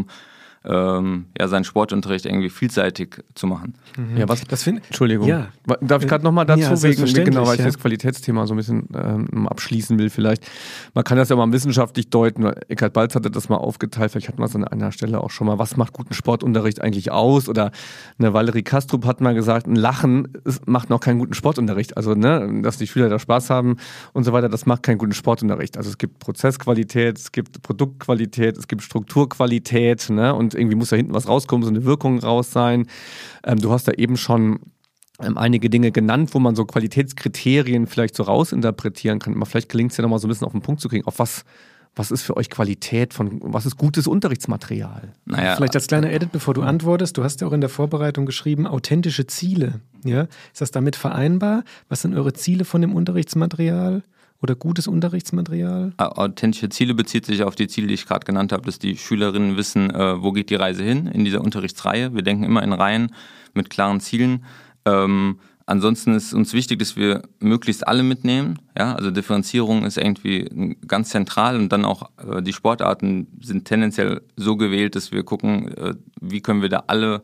Ähm, ja, seinen Sportunterricht irgendwie vielseitig zu machen. Mhm. Ja, was, das find, Entschuldigung. Ja. Darf ich gerade nochmal dazu, ja, wegen, genau, weil ich ja. das Qualitätsthema so ein bisschen ähm, abschließen will vielleicht. Man kann das ja mal wissenschaftlich deuten. Eckhard Balz hatte das mal aufgeteilt, vielleicht hat man es an einer Stelle auch schon mal. Was macht guten Sportunterricht eigentlich aus? Oder eine Valerie Kastrup hat mal gesagt, ein Lachen macht noch keinen guten Sportunterricht. Also, ne, dass die Schüler da Spaß haben und so weiter, das macht keinen guten Sportunterricht. Also es gibt Prozessqualität, es gibt Produktqualität, es gibt Strukturqualität, ne, und irgendwie muss da hinten was rauskommen, so eine Wirkung raus sein. Ähm, du hast da eben schon ähm, einige Dinge genannt, wo man so Qualitätskriterien vielleicht so rausinterpretieren kann. Aber vielleicht gelingt es ja nochmal so ein bisschen auf den Punkt zu kriegen. Auf was, was ist für euch Qualität von, was ist gutes Unterrichtsmaterial? Naja, vielleicht als kleiner Edit, bevor du antwortest, du hast ja auch in der Vorbereitung geschrieben, authentische Ziele. Ja? Ist das damit vereinbar? Was sind eure Ziele von dem Unterrichtsmaterial? Oder gutes Unterrichtsmaterial? Authentische Ziele bezieht sich auf die Ziele, die ich gerade genannt habe, dass die Schülerinnen wissen, äh, wo geht die Reise hin in dieser Unterrichtsreihe. Wir denken immer in Reihen mit klaren Zielen. Ähm, ansonsten ist uns wichtig, dass wir möglichst alle mitnehmen. Ja? Also Differenzierung ist irgendwie ganz zentral und dann auch äh, die Sportarten sind tendenziell so gewählt, dass wir gucken, äh, wie können wir da alle,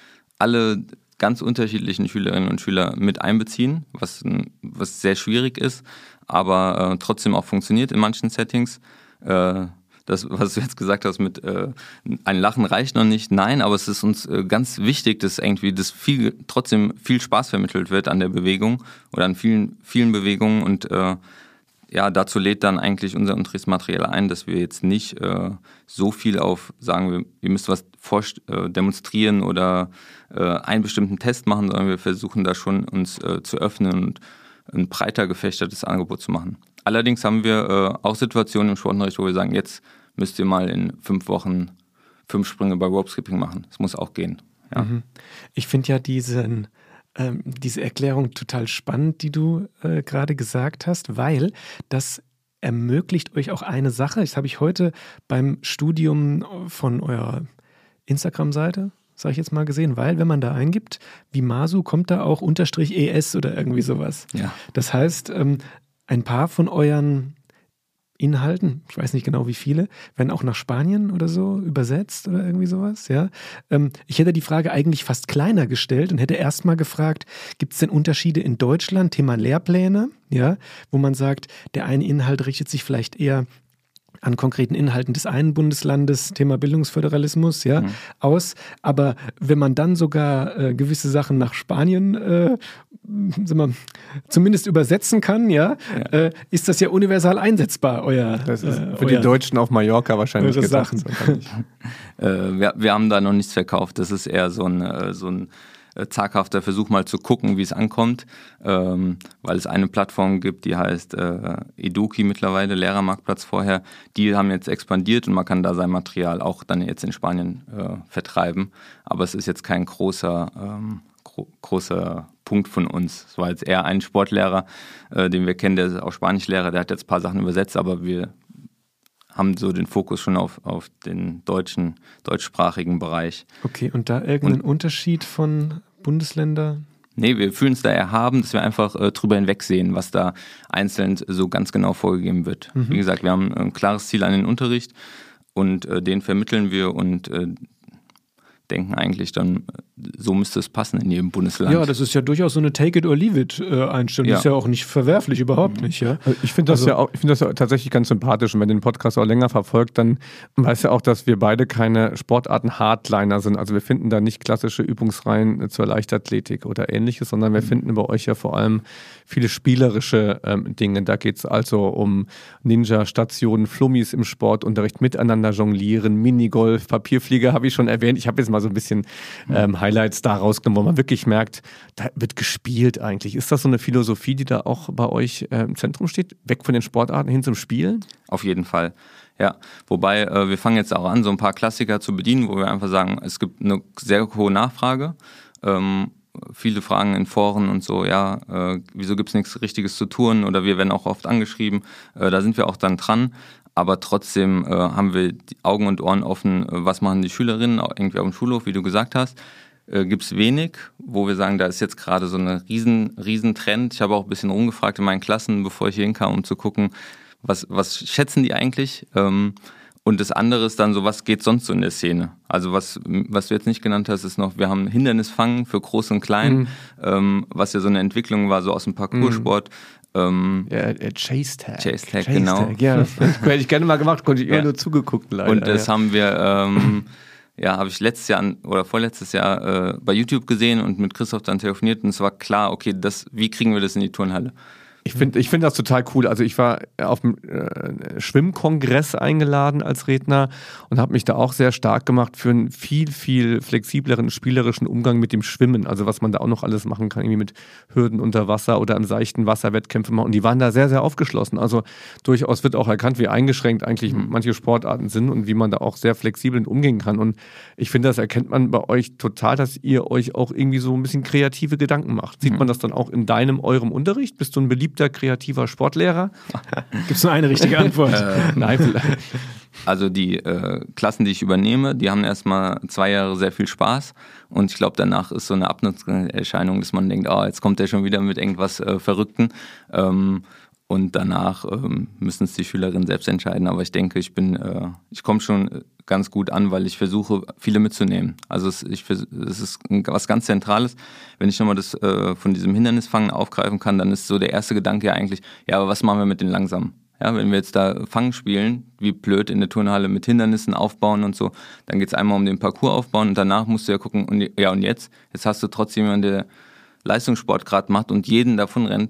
alle ganz unterschiedlichen Schülerinnen und Schüler mit einbeziehen, was, was sehr schwierig ist, aber äh, trotzdem auch funktioniert in manchen Settings. Äh, das, was du jetzt gesagt hast mit äh, ein Lachen reicht noch nicht, nein, aber es ist uns äh, ganz wichtig, dass irgendwie das viel, trotzdem viel Spaß vermittelt wird an der Bewegung oder an vielen, vielen Bewegungen und äh, ja, dazu lädt dann eigentlich unser Unterrichtsmaterial ein, dass wir jetzt nicht äh, so viel auf, sagen wir, wir müssen was vor, äh, demonstrieren oder äh, einen bestimmten Test machen, sondern wir versuchen da schon uns äh, zu öffnen und ein breiter gefächertes Angebot zu machen. Allerdings haben wir äh, auch Situationen im Sportunterricht, wo wir sagen, jetzt müsst ihr mal in fünf Wochen fünf Sprünge bei Rope Skipping machen. Das muss auch gehen. Ja. Mhm. Ich finde ja diesen, ähm, diese Erklärung total spannend, die du äh, gerade gesagt hast, weil das ermöglicht euch auch eine Sache. Das habe ich heute beim Studium von eurer Instagram-Seite, sage ich jetzt mal, gesehen, weil wenn man da eingibt, Vimasu, kommt da auch Unterstrich E S oder irgendwie sowas. Ja. Das heißt, ähm, ein paar von euren Inhalten, ich weiß nicht genau wie viele, werden auch nach Spanien oder so übersetzt oder irgendwie sowas, ja. Ähm, ich hätte die Frage eigentlich fast kleiner gestellt und hätte erstmal gefragt, gibt es denn Unterschiede in Deutschland, Thema Lehrpläne, ja, wo man sagt, der eine Inhalt richtet sich vielleicht eher an konkreten Inhalten des einen Bundeslandes, Thema Bildungsföderalismus, ja, mhm. aus. Aber wenn man dann sogar äh, gewisse Sachen nach Spanien äh, sagen wir, zumindest übersetzen kann, ja, ja. Äh, ist das ja universal einsetzbar, euer Das ist äh, für euer, die Deutschen auf Mallorca wahrscheinlich gedacht. Sachen. äh, wir, wir haben da noch nichts verkauft. Das ist eher so ein, äh, so ein zaghafter Versuch mal zu gucken, wie es ankommt, ähm, weil es eine Plattform gibt, die heißt äh, Eduki mittlerweile, Lehrermarktplatz vorher. Die haben jetzt expandiert und man kann da sein Material auch dann jetzt in Spanien äh, vertreiben. Aber es ist jetzt kein großer, ähm, gro- großer Punkt von uns. Es war jetzt eher ein Sportlehrer, äh, den wir kennen, der ist auch Spanischlehrer, der hat jetzt ein paar Sachen übersetzt, aber wir haben so den Fokus schon auf, auf den deutschen, deutschsprachigen Bereich. Okay, und da irgendein und, Unterschied von Bundesländern? Nee, wir fühlen es da erhaben, dass wir einfach äh, drüber hinwegsehen, was da einzeln so ganz genau vorgegeben wird. Mhm. Wie gesagt, wir haben ein klares Ziel an den Unterricht und äh, den vermitteln wir und äh, denken eigentlich dann, so müsste es passen in jedem Bundesland. Ja, das ist ja durchaus so eine Take-it-or-leave-it-Einstellung. Ja. Ist ja auch nicht verwerflich, überhaupt nicht. Ja? Ich finde das, also, ja auch, ich find das ja tatsächlich ganz sympathisch. Und wenn den Podcast auch länger verfolgt, dann weiß ja auch, dass wir beide keine Sportarten-Hardliner sind. Also wir finden da nicht klassische Übungsreihen zur Leichtathletik oder ähnliches, sondern wir finden bei euch ja vor allem viele spielerische ähm, Dinge. Da geht es also um Ninja-Stationen, Flummis im Sportunterricht, miteinander jonglieren, Minigolf, Papierflieger habe ich schon erwähnt. Ich habe jetzt mal so ein bisschen ähm, Highlights da rausgenommen, wo man wirklich merkt, da wird gespielt eigentlich. Ist das so eine Philosophie, die da auch bei euch äh, im Zentrum steht? Weg von den Sportarten hin zum Spielen? Auf jeden Fall, ja. Wobei äh, wir fangen jetzt auch an, so ein paar Klassiker zu bedienen, wo wir einfach sagen, es gibt eine sehr hohe Nachfrage. Ähm, viele Fragen in Foren und so, ja, äh, wieso gibt es nichts Richtiges zu tun? Oder wir werden auch oft angeschrieben. Äh, da sind wir auch dann dran. Aber trotzdem äh, haben wir die Augen und Ohren offen, äh, was machen die Schülerinnen irgendwie auf dem Schulhof, wie du gesagt hast. Äh, gibt es wenig, wo wir sagen, da ist jetzt gerade so ein riesen, riesen Trend. Ich habe auch ein bisschen rumgefragt in meinen Klassen, bevor ich hier hinkam, um zu gucken, was, was schätzen die eigentlich? Ähm, und das andere ist dann so, was geht sonst so in der Szene? Also was, was du jetzt nicht genannt hast, ist noch, wir haben Hindernisfangen für Groß und Klein, mhm. ähm, was ja so eine Entwicklung war, so aus dem Parcoursport. Mhm. Ähm, ja, Chase Tag. Chase Tag, Chase genau. Tag, ja, das hätte ich gerne mal gemacht, konnte ich immer ja. nur zugeguckt leider. Und das ja. haben wir, ähm, ja, habe ich letztes Jahr oder vorletztes Jahr äh, bei YouTube gesehen und mit Christoph dann telefoniert und es war klar, okay, das, wie kriegen wir das in die Turnhalle? Ich finde ich find das total cool. Also ich war auf dem äh, Schwimmkongress eingeladen als Redner und habe mich da auch sehr stark gemacht für einen viel, viel flexibleren, spielerischen Umgang mit dem Schwimmen. Also was man da auch noch alles machen kann, irgendwie mit Hürden unter Wasser oder im seichten Wasser Wettkämpfe machen. Und die waren da sehr, sehr aufgeschlossen. Also durchaus wird auch erkannt, wie eingeschränkt eigentlich mhm. manche Sportarten sind und wie man da auch sehr flexibel umgehen kann. Und ich finde, das erkennt man bei euch total, dass ihr euch auch irgendwie so ein bisschen kreative Gedanken macht. Sieht mhm. man das dann auch in deinem, eurem Unterricht? Bist du ein beliebter kreativer Sportlehrer? Gibt es nur eine richtige Antwort? äh, Nein, vielleicht. Also die äh, Klassen, die ich übernehme, die haben erstmal zwei Jahre sehr viel Spaß und ich glaube, danach ist so eine Abnutzungserscheinung, dass man denkt, oh, jetzt kommt der schon wieder mit irgendwas äh, Verrückten. Ähm, und danach ähm, müssen es die Schülerinnen selbst entscheiden. Aber ich denke, ich bin, äh, ich komme schon ganz gut an, weil ich versuche, viele mitzunehmen. Also es, ich, es ist was ganz Zentrales. Wenn ich nochmal das äh, von diesem Hindernisfangen aufgreifen kann, dann ist so der erste Gedanke ja eigentlich, ja, aber was machen wir mit den Langsamen? Ja, wenn wir jetzt da Fangen spielen, wie blöd in der Turnhalle mit Hindernissen aufbauen und so, dann geht es einmal um den Parcours aufbauen und danach musst du ja gucken, und, ja und jetzt? Jetzt hast du trotzdem jemanden, der Leistungssport gerade macht und jeden davon rennt.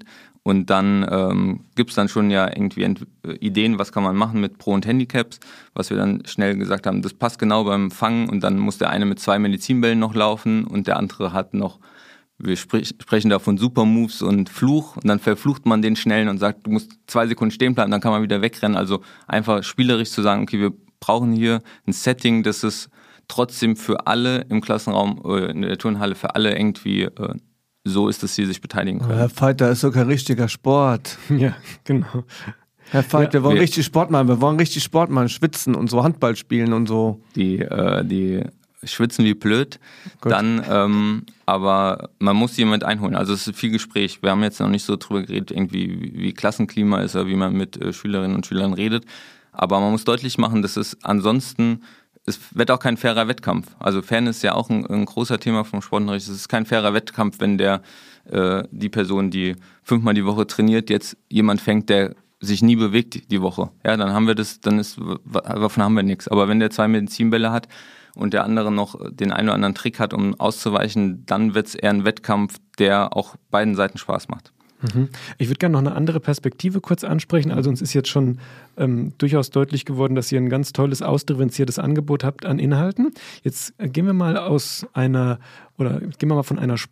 Und dann ähm, gibt es dann schon ja irgendwie Ent- Ideen, was kann man machen mit Pro- und Handicaps, was wir dann schnell gesagt haben, das passt genau beim Fangen und dann muss der eine mit zwei Medizinbällen noch laufen und der andere hat noch, wir sprich, sprechen da von Supermoves und Fluch und dann verflucht man den schnell und sagt, du musst zwei Sekunden stehen bleiben, dann kann man wieder wegrennen. Also einfach spielerisch zu sagen, okay, wir brauchen hier ein Setting, das es trotzdem für alle im Klassenraum, äh, in der Turnhalle, für alle irgendwie äh, so ist, dass sie sich beteiligen können. Herr Veit, das ist sogar richtiger Sport. Ja, genau. Herr Veit, Ja, wir wollen wir- richtig Sport machen, wir wollen richtig Sport machen, schwitzen und so Handball spielen und so. Die, äh, die schwitzen wie blöd. Gut. Dann, ähm, aber man muss jemand einholen. Also es ist viel Gespräch. Wir haben jetzt noch nicht so drüber geredet, irgendwie wie, wie Klassenklima ist oder wie man mit äh, Schülerinnen und Schülern redet. Aber man muss deutlich machen, dass es ansonsten, es wird auch kein fairer Wettkampf. Also Fairness ist ja auch ein, ein großer Thema vom Sportunterricht. Es ist kein fairer Wettkampf, wenn der äh, die Person, die fünfmal die Woche trainiert, jetzt jemand fängt, der sich nie bewegt die Woche. Ja, dann haben wir das, dann ist, davon haben wir nichts. Aber wenn der zwei Medizinbälle hat und der andere noch den einen oder anderen Trick hat, um auszuweichen, dann wird es eher ein Wettkampf, der auch beiden Seiten Spaß macht. Mhm. Ich würde gerne noch eine andere Perspektive kurz ansprechen. Also uns ist jetzt schon ähm, durchaus deutlich geworden, dass ihr ein ganz tolles, ausdifferenziertes Angebot habt an Inhalten. Jetzt äh, gehen wir mal aus einer, oder gehen wir mal von einer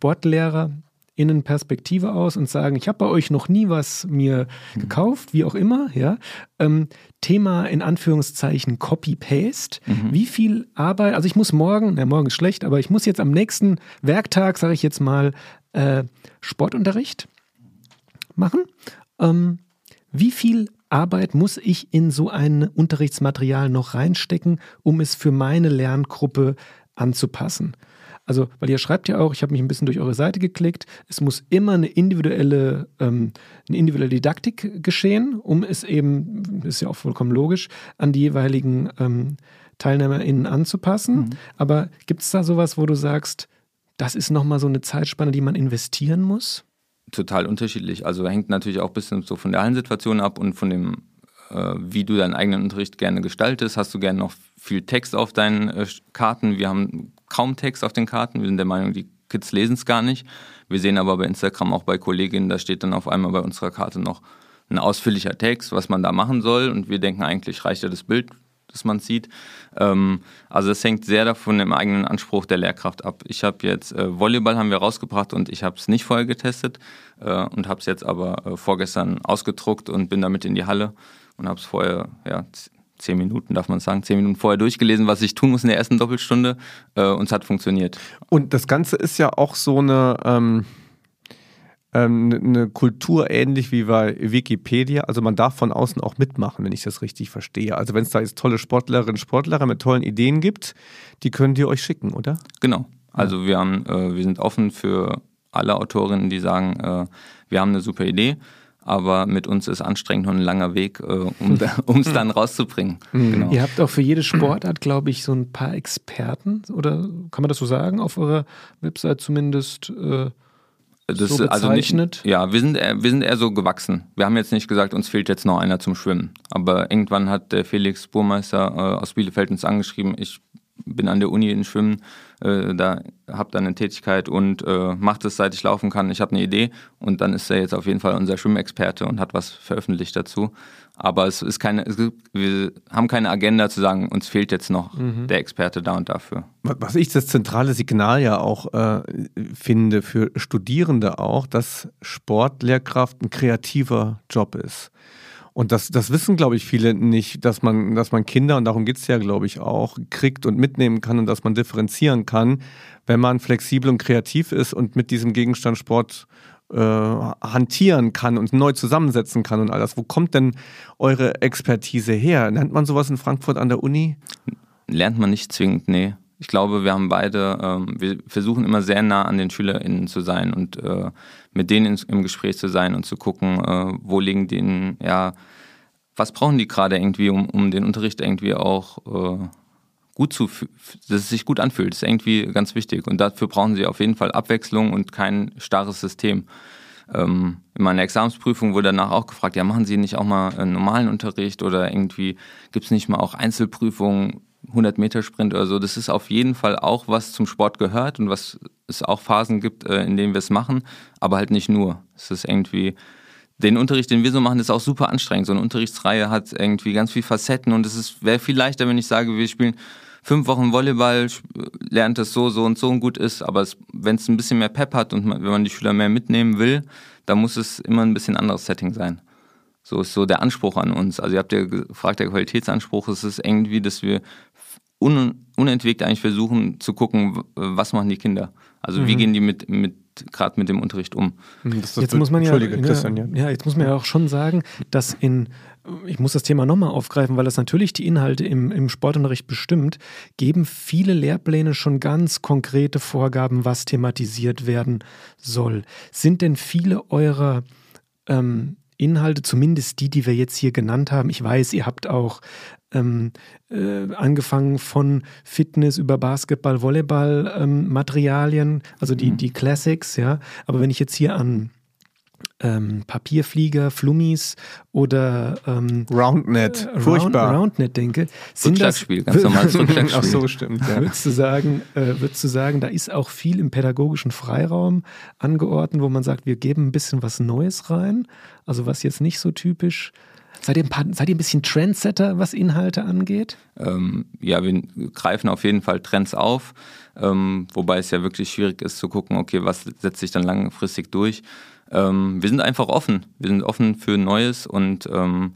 SportlehrerInnen-Perspektive aus und sagen, ich habe bei euch noch nie was mir gekauft, wie auch immer, ja. Ähm, Thema in Anführungszeichen Copy-Paste. Mhm. Wie viel Arbeit, also ich muss morgen, na morgen ist schlecht, aber ich muss jetzt am nächsten Werktag, sage ich jetzt mal, äh, Sportunterricht machen. Ähm, wie viel Arbeit muss ich in so ein Unterrichtsmaterial noch reinstecken, um es für meine Lerngruppe anzupassen? Also, weil ihr schreibt ja auch, ich habe mich ein bisschen durch eure Seite geklickt, es muss immer eine individuelle, ähm, eine individuelle Didaktik geschehen, um es eben, ist ja auch vollkommen logisch, an die jeweiligen ähm, TeilnehmerInnen anzupassen. Mhm. Aber gibt es da sowas, wo du sagst, das ist nochmal so eine Zeitspanne, die man investieren muss? Total unterschiedlich. Also hängt natürlich auch ein bisschen so von der Hallensituation ab und von dem, äh, wie du deinen eigenen Unterricht gerne gestaltest. Hast du gerne noch viel Text auf deinen äh, Karten? Wir haben kaum Text auf den Karten. Wir sind der Meinung, die Kids lesen es gar nicht. Wir sehen aber bei Instagram auch bei Kolleginnen, da steht dann auf einmal bei unserer Karte noch ein ausführlicher Text, was man da machen soll. Und wir denken, eigentlich reicht ja das Bild, das man sieht. Ähm, also es hängt sehr davon im eigenen Anspruch der Lehrkraft ab. Ich habe jetzt, äh, Volleyball haben wir rausgebracht und ich habe es nicht vorher getestet äh, und habe es jetzt aber äh, vorgestern ausgedruckt und bin damit in die Halle und habe es vorher, ja, z- zehn Minuten, darf man sagen, zehn Minuten vorher durchgelesen, was ich tun muss in der ersten Doppelstunde äh, und es hat funktioniert. Und das Ganze ist ja auch so eine, ähm, ähm, eine Kultur ähnlich wie bei Wikipedia. Also man darf von außen auch mitmachen, wenn ich das richtig verstehe. Also wenn es da jetzt tolle Sportlerinnen und Sportler mit tollen Ideen gibt, die könnt ihr euch schicken, oder? Genau. Also wir haben, äh, wir sind offen für alle Autorinnen, die sagen, äh, wir haben eine super Idee, aber mit uns ist anstrengend noch ein langer Weg, äh, um es dann rauszubringen. Genau. Ihr habt auch für jede Sportart, glaube ich, so ein paar Experten, oder kann man das so sagen, auf eurer Website zumindest äh, Das so ist also nicht, bezeichnet? ja, wir sind, eher, wir sind eher so gewachsen. Wir haben jetzt nicht gesagt, uns fehlt jetzt noch einer zum Schwimmen. Aber irgendwann hat der Felix Burmeister äh, aus Bielefeld uns angeschrieben, ich bin an der Uni in Schwimmen, äh, da habe dann eine Tätigkeit und äh, mache das, seit ich laufen kann. Ich habe eine Idee und dann ist er jetzt auf jeden Fall unser Schwimmexperte und hat was veröffentlicht dazu. Aber es ist keine, es gibt, wir haben keine Agenda zu sagen, uns fehlt jetzt noch Mhm. der Experte da und dafür. Was ich das zentrale Signal ja auch äh, finde für Studierende auch, dass Sportlehrkraft ein kreativer Job ist. Und das, das wissen, glaube ich, viele nicht, dass man, dass man Kinder, und darum geht es ja, glaube ich, auch, kriegt und mitnehmen kann und dass man differenzieren kann, wenn man flexibel und kreativ ist und mit diesem Gegenstand Sport äh, hantieren kann und neu zusammensetzen kann und all das. Wo kommt denn eure Expertise her? Lernt man sowas in Frankfurt an der Uni? Lernt man nicht zwingend, nee. Ich glaube, wir haben beide, ähm, wir versuchen immer sehr nah an den SchülerInnen zu sein und äh, mit denen ins, im Gespräch zu sein und zu gucken, äh, wo liegen denen, ja, was brauchen die gerade irgendwie, um, um den Unterricht irgendwie auch äh, gut zu, dass es sich gut anfühlt. Das ist irgendwie ganz wichtig und dafür brauchen sie auf jeden Fall Abwechslung und kein starres System. Ähm, in meiner Examensprüfung wurde danach auch gefragt, ja, machen Sie nicht auch mal einen normalen Unterricht oder irgendwie gibt es nicht mal auch Einzelprüfungen, hundert Meter Sprint oder so. Das ist auf jeden Fall auch, was zum Sport gehört und was es auch Phasen gibt, in denen wir es machen, aber halt nicht nur. Es ist irgendwie den Unterricht, den wir so machen, ist auch super anstrengend. So eine Unterrichtsreihe hat irgendwie ganz viele Facetten und es wäre viel leichter, wenn ich sage, wir spielen fünf Wochen Volleyball, lernt es so, so und so und gut ist, aber wenn es ein bisschen mehr Pep hat und man, wenn man die Schüler mehr mitnehmen will, dann muss es immer ein bisschen anderes Setting sein. So ist so der Anspruch an uns. Also ihr habt ja gefragt, der Qualitätsanspruch, es ist irgendwie, dass wir un, unentwegt eigentlich versuchen zu gucken, was machen die Kinder. Also mhm. wie gehen die mit, mit gerade mit dem Unterricht um. Das jetzt muss man ja, Christian, ja, ja, jetzt muss man ja auch schon sagen, dass in, ich muss das Thema nochmal aufgreifen, weil das natürlich die Inhalte im, im Sportunterricht bestimmt, geben viele Lehrpläne schon ganz konkrete Vorgaben, was thematisiert werden soll. Sind denn viele eurer ähm, Inhalte, zumindest die, die wir jetzt hier genannt haben, ich weiß, ihr habt auch Ähm, äh, angefangen von Fitness über Basketball, Volleyball, ähm, Materialien, also die, mhm. die Classics, ja. Aber wenn ich jetzt hier an ähm, Papierflieger, Flummis oder ähm, Roundnet, äh, furchtbar. Round, Roundnet denke, sind das ganz normales Rückschlagspiel. Ach so, stimmt. Ja. Würdest du sagen, äh, würdest du sagen, da ist auch viel im pädagogischen Freiraum angeordnet, wo man sagt, wir geben ein bisschen was Neues rein, also was jetzt nicht so typisch. Seid ihr, ein paar, seid ihr ein bisschen Trendsetter, was Inhalte angeht? Ähm, ja, wir greifen auf jeden Fall Trends auf, ähm, wobei es ja wirklich schwierig ist zu gucken, okay, was setzt sich dann langfristig durch. Ähm, wir sind einfach offen, wir sind offen für Neues und ähm,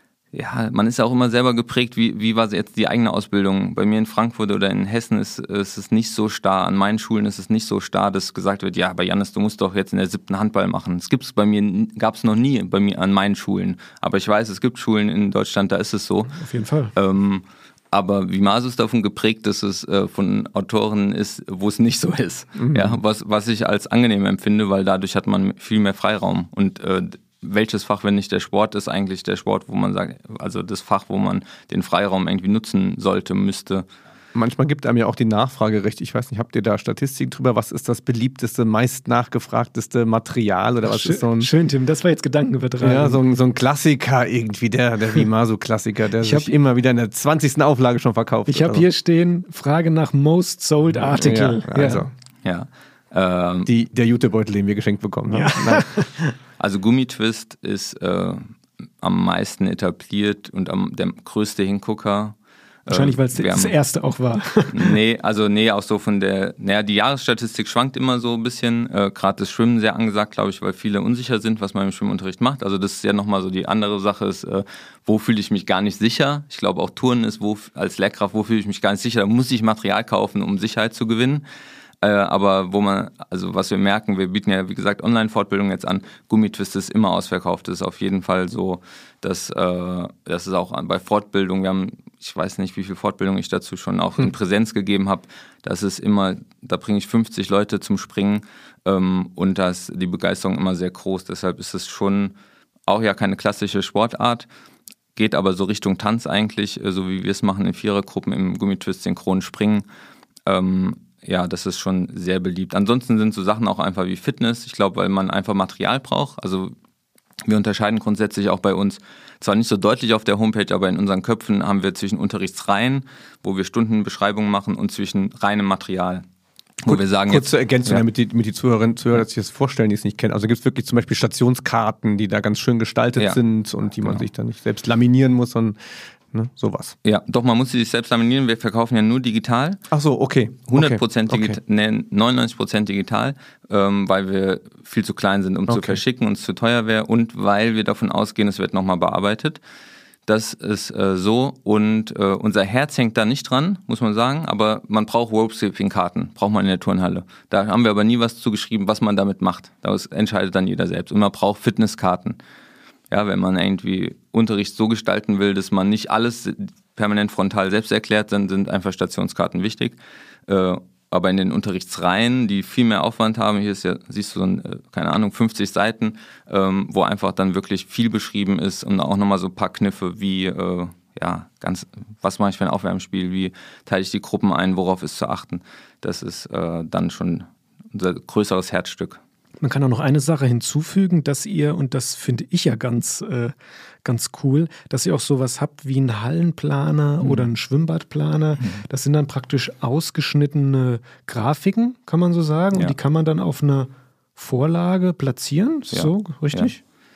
ja, man ist ja auch immer selber geprägt, wie, wie war jetzt die eigene Ausbildung. Bei mir in Frankfurt oder in Hessen ist, ist es nicht so starr, an meinen Schulen ist es nicht so starr, dass gesagt wird, ja, aber Jannis, du musst doch jetzt in der siebten Handball machen. Das gibt's bei mir, gab es noch nie bei mir an meinen Schulen. Aber ich weiß, es gibt Schulen in Deutschland, da ist es so. Auf jeden Fall. Ähm, aber Vimaso ist davon geprägt, dass es äh, von Autoren ist, wo es nicht so ist. Mhm. Ja, was, was ich als angenehm empfinde, weil dadurch hat man viel mehr Freiraum und äh, welches Fach, wenn nicht der Sport, ist eigentlich der Sport, wo man sagt, also das Fach, wo man den Freiraum irgendwie nutzen sollte, müsste. Manchmal gibt einem ja auch die Nachfrage recht. Ich weiß nicht, habt ihr da Statistiken drüber? Was ist das beliebteste, meist nachgefragteste Material? Oder was schön, ist so ein, schön, Tim, das war jetzt Gedankenübertragung. Ja, so ein, so ein Klassiker irgendwie, der, der Vimaso-Klassiker, der ich sich hab, immer wieder in der zwanzigsten Auflage schon verkauft. Ich habe hier stehen, Frage nach Most Sold Article. Ja, also. Ja. Ähm, die, der Jutebeutel, den wir geschenkt bekommen haben. Ja. Also Gummitwist ist äh, am meisten etabliert und am, der größte Hingucker. Wahrscheinlich, weil es das haben, erste auch war. Nee, also nee, auch so von der, naja, die Jahresstatistik schwankt immer so ein bisschen. Äh, Gerade das Schwimmen sehr angesagt, glaube ich, weil viele unsicher sind, was man im Schwimmunterricht macht. Also das ist ja nochmal so die andere Sache ist, äh, wo fühle ich mich gar nicht sicher? Ich glaube auch Turnen ist, wo als Lehrkraft, wo fühle ich mich gar nicht sicher? Da muss ich Material kaufen, um Sicherheit zu gewinnen. Äh, aber wo man, also was wir merken, wir bieten ja wie gesagt Online-Fortbildung jetzt an, Gummitwist ist immer ausverkauft. Das ist auf jeden Fall so, dass äh, das ist auch bei Fortbildung, wir haben, ich weiß nicht, wie viel Fortbildung ich dazu schon auch in Präsenz gegeben habe, das ist immer, da bringe ich fünfzig Leute zum Springen ähm, und da ist die Begeisterung immer sehr groß. Deshalb ist es schon auch ja keine klassische Sportart, geht aber so Richtung Tanz eigentlich, so wie wir es machen in Vierergruppen im Gummitwist synchron springen. Ähm, Ja, das ist schon sehr beliebt. Ansonsten sind so Sachen auch einfach wie Fitness. Ich glaube, weil man einfach Material braucht. Also wir unterscheiden grundsätzlich auch bei uns, zwar nicht so deutlich auf der Homepage, aber in unseren Köpfen haben wir zwischen Unterrichtsreihen, wo wir Stundenbeschreibungen machen, und zwischen reinem Material. Wo Gut, wir sagen kurz jetzt, zur Ergänzung, ja. damit die, damit die Zuhörerinnen und Zuhörer sich das vorstellen, die es nicht kennen. Also gibt es wirklich zum Beispiel Stationskarten, die da ganz schön gestaltet ja. sind und die man genau. sich dann nicht selbst laminieren muss, sondern ne, sowas. Ja, doch, man muss sie sich selbst laminieren. Wir verkaufen ja nur digital. Ach so, okay. hundert Prozent okay. digital, nee, neunundneunzig Prozent digital, ähm, weil wir viel zu klein sind, um okay. zu verschicken und es zu teuer wäre, und weil wir davon ausgehen, es wird nochmal bearbeitet. Das ist äh, so, und äh, unser Herz hängt da nicht dran, muss man sagen, aber man braucht Rope-Skipping-Karten, braucht man in der Turnhalle. Da haben wir aber nie was zugeschrieben, was man damit macht. Das entscheidet dann jeder selbst. Und man braucht Fitnesskarten. Ja, wenn man irgendwie Unterricht so gestalten will, dass man nicht alles permanent frontal selbst erklärt, dann sind einfach Stationskarten wichtig. Äh, aber in den Unterrichtsreihen, die viel mehr Aufwand haben, hier ist ja, siehst du so, ein, keine Ahnung, fünfzig Seiten, ähm, wo einfach dann wirklich viel beschrieben ist und auch nochmal so ein paar Kniffe wie, äh, ja, ganz, was mache ich für ein Aufwärmspiel, wie teile ich die Gruppen ein, worauf ist zu achten. Das ist äh, dann schon unser größeres Herzstück. Man kann auch noch eine Sache hinzufügen, dass ihr, und das finde ich ja ganz, äh, ganz cool, dass ihr auch sowas habt wie einen Hallenplaner mhm. oder einen Schwimmbadplaner. Mhm. Das sind dann praktisch ausgeschnittene Grafiken, kann man so sagen. Ja. Und die kann man dann auf einer Vorlage platzieren, ja. so richtig?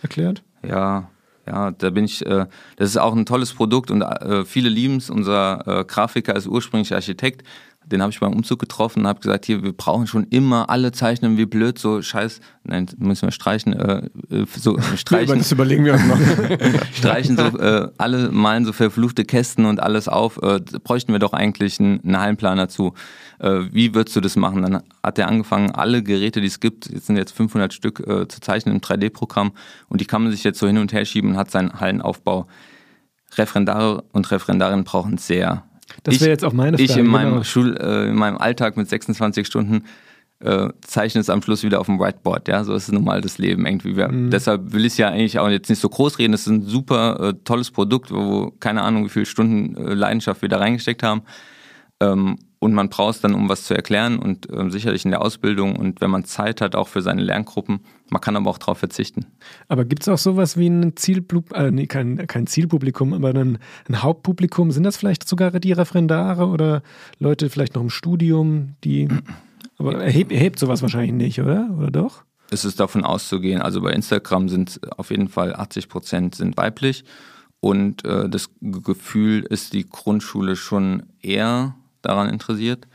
erklärt? Ja, ja, da bin ich, äh, das ist auch ein tolles Produkt und äh, viele lieben es. Unser äh, Grafiker ist ursprünglich Architekt. Den habe ich beim Umzug getroffen und habe gesagt, hier, wir brauchen schon immer, alle zeichnen wie blöd, so scheiß, nein, müssen wir streichen, äh, so streichen. Das überlegen wir uns noch. Streichen so, äh, alle malen so verfluchte Kästen und alles auf, äh, bräuchten wir doch eigentlich einen, einen Hallenplaner zu. Äh, wie würdest du das machen? Dann hat er angefangen, alle Geräte, die es gibt, jetzt sind jetzt fünfhundert Stück, äh, zu zeichnen im drei D Programm und die kann man sich jetzt so hin und her schieben und hat seinen Hallenaufbau. Referendare und Referendarinnen brauchen sehr. Das wäre jetzt auch meine Frage. Ich in meinem, genau. Schul, äh, in meinem Alltag mit sechsundzwanzig Stunden äh, zeichne es am Schluss wieder auf dem Whiteboard. Ja, so ist es nun mal das Leben irgendwie. Wir, mhm. Deshalb will ich es ja eigentlich auch jetzt nicht so groß reden. Es ist ein super äh, tolles Produkt, wo keine Ahnung, wie viele Stunden äh, Leidenschaft wir da reingesteckt haben. Ähm, und man braucht es dann, um was zu erklären und äh, sicherlich in der Ausbildung und wenn man Zeit hat, auch für seine Lerngruppen. Man kann aber auch darauf verzichten. Aber gibt es auch sowas wie ein Zielpublikum, äh, nee, kein, kein Zielpublikum, aber ein, ein Hauptpublikum? Sind das vielleicht sogar die Referendare oder Leute vielleicht noch im Studium, die, aber erhebt, erhebt sowas wahrscheinlich nicht, oder? Oder doch? Es ist davon auszugehen, also bei Instagram sind auf jeden Fall achtzig Prozent sind weiblich und äh, das Gefühl ist die Grundschule schon eher daran interessiert,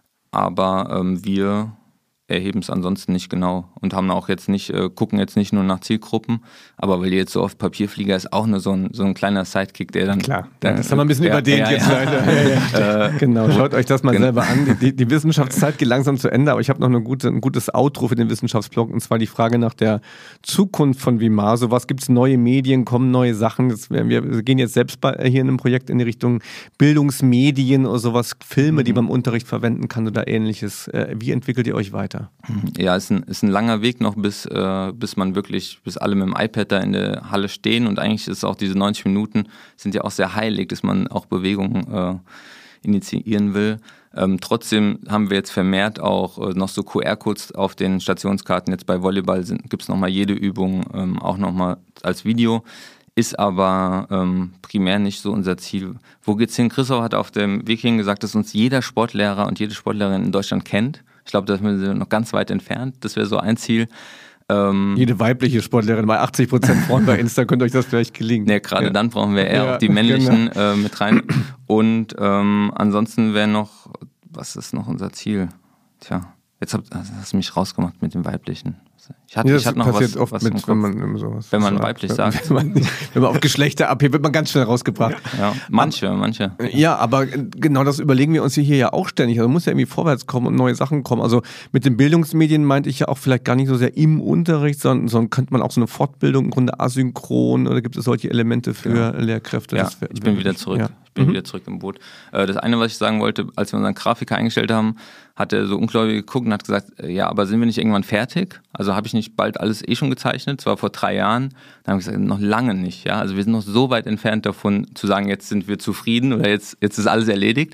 aber ähm, wir erheben es ansonsten nicht genau und haben auch jetzt nicht, äh, gucken jetzt nicht nur nach Zielgruppen, aber weil ihr jetzt so oft Papierflieger ist, auch nur so ein, so ein kleiner Sidekick, der dann... Klar, dann, das haben wir ein bisschen ja, überdehnt ja, jetzt ja. leider. Ja, ja. Genau, schaut euch das mal Genau. selber an. Die, die Wissenschaftszeit geht langsam zu Ende, aber ich habe noch eine gute, ein gutes Outro für den Wissenschaftsblog und zwar die Frage nach der Zukunft von Vimaso. Was gibt es neue Medien, kommen neue Sachen? Das, wir, wir gehen jetzt selbst bei, hier in einem Projekt in die Richtung Bildungsmedien oder sowas, Filme, mhm. die man im Unterricht verwenden kann oder ähnliches. Wie entwickelt ihr euch weiter? Ja, ist ein, ist ein langer Weg noch, bis, äh, bis man wirklich, bis alle mit dem iPad da in der Halle stehen und eigentlich ist auch diese neunzig Minuten sind ja auch sehr heilig, dass man auch Bewegungen äh, initiieren will. Ähm, trotzdem haben wir jetzt vermehrt auch äh, noch so Q R-Codes auf den Stationskarten. Jetzt bei Volleyball gibt es nochmal jede Übung ähm, auch nochmal als Video. Ist aber ähm, primär nicht so unser Ziel. Wo geht's hin? Christoph hat auf dem Weg hin gesagt, dass uns jeder Sportlehrer und jede Sportlerin in Deutschland kennt. Ich glaube, da sind wir noch ganz weit entfernt. Das wäre so ein Ziel. Ähm, Jede weibliche Sportlerin, bei achtzig Prozent Frauen bei Insta, könnte euch das vielleicht gelingen. Ne, gerade ja. Dann brauchen wir eher ja, auch die männlichen genau. äh, mit rein. Und ähm, ansonsten wäre noch, was ist noch unser Ziel? Tja, jetzt hab, also hast du mich rausgemacht mit dem weiblichen. Ich hatte, ja, ich hatte noch passiert was, oft was mit, wenn man sowas wenn man sagt. weiblich wenn, sagt. Wenn man, wenn man auf Geschlechter abhebt, wird man ganz schnell rausgebracht. Ja, manche, manche. Ja, aber genau das überlegen wir uns hier ja auch ständig. Also muss ja irgendwie vorwärts kommen und neue Sachen kommen. Also mit den Bildungsmedien meinte ich ja auch vielleicht gar nicht so sehr im Unterricht, sondern, sondern könnte man auch so eine Fortbildung im Grunde asynchron oder gibt es solche Elemente für ja. Lehrkräfte? Ja, das wär, ich bin wieder zurück. Ja. Ich bin mhm. wieder zurück im Boot. Das eine, was ich sagen wollte, als wir unseren Grafiker eingestellt haben, hat er so ungläubig geguckt und hat gesagt, ja, aber sind wir nicht irgendwann fertig? Also habe ich nicht bald alles eh schon gezeichnet? Zwar vor drei Jahren. Dann habe ich gesagt, noch lange nicht. Ja? Also wir sind noch so weit entfernt davon, zu sagen, jetzt sind wir zufrieden oder jetzt, jetzt ist alles erledigt.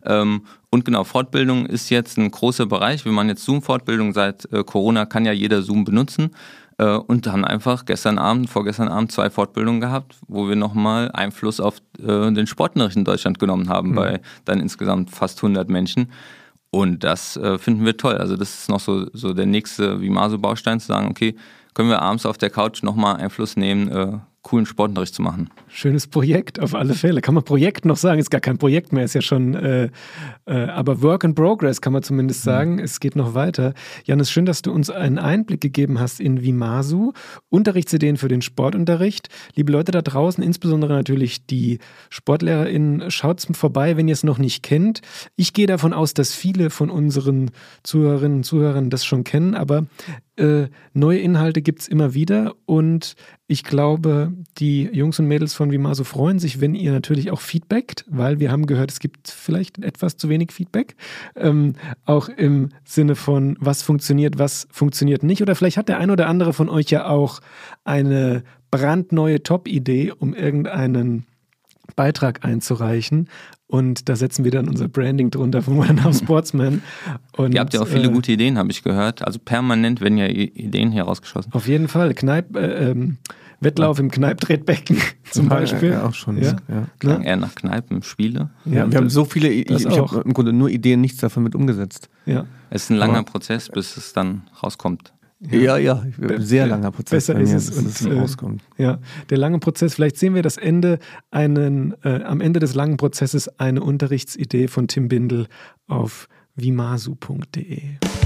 Und genau, Fortbildung ist jetzt ein großer Bereich. Wir machen jetzt Zoom-Fortbildung. Seit Corona kann ja jeder Zoom benutzen. Und haben einfach gestern Abend, vorgestern Abend zwei Fortbildungen gehabt, wo wir nochmal Einfluss auf äh, den Sportunterricht in Deutschland genommen haben, mhm. bei dann insgesamt fast hundert Menschen. Und das äh, finden wir toll. Also das ist noch so, so der nächste Vimaso-Baustein, zu sagen, okay, können wir abends auf der Couch nochmal Einfluss nehmen, äh, coolen Sportunterricht zu machen. Schönes Projekt, auf alle Fälle. Kann man Projekt noch sagen? Ist gar kein Projekt mehr, ist ja schon, äh, äh, aber Work in Progress kann man zumindest sagen. Mhm. Es geht noch weiter. Jan, es ist schön, dass du uns einen Einblick gegeben hast in Vimaso, Unterrichtsideen für den Sportunterricht. Liebe Leute da draußen, insbesondere natürlich die SportlehrerInnen, schaut vorbei, wenn ihr es noch nicht kennt. Ich gehe davon aus, dass viele von unseren Zuhörerinnen und Zuhörern das schon kennen, aber äh, neue Inhalte gibt es immer wieder und ich glaube, die Jungs und Mädels von Vimaso freuen sich, wenn ihr natürlich auch feedbackt, weil wir haben gehört, es gibt vielleicht etwas zu wenig Feedback. Ähm, auch im Sinne von, was funktioniert, was funktioniert nicht. Oder vielleicht hat der ein oder andere von euch ja auch eine brandneue Top-Idee, um irgendeinen Beitrag einzureichen. Und da setzen wir dann unser Branding drunter von One and a Half Sportsman. Und, ihr habt ja auch viele äh, gute Ideen, habe ich gehört. Also permanent werden ja Ideen hier rausgeschossen. Auf jeden Fall. Kneip, äh, ähm, Wettlauf im Kneipptretbecken zum Beispiel. Ja, auch schon. Ja. Ja. Klang eher nach Kneipen, Spiele. Ja, wir haben so viele, ich, ich habe im Grunde nur Ideen, nichts davon mit umgesetzt. Ja. Es ist ein langer Aber, Prozess, bis es dann rauskommt. Ja, ja, ein sehr langer Prozess. Besser bei mir, ist es, bis es und, äh, rauskommt. Ja, der lange Prozess. Vielleicht sehen wir das Ende, einen, äh, am Ende des langen Prozesses eine Unterrichtsidee von Tim Bindel auf vimasu punkt de.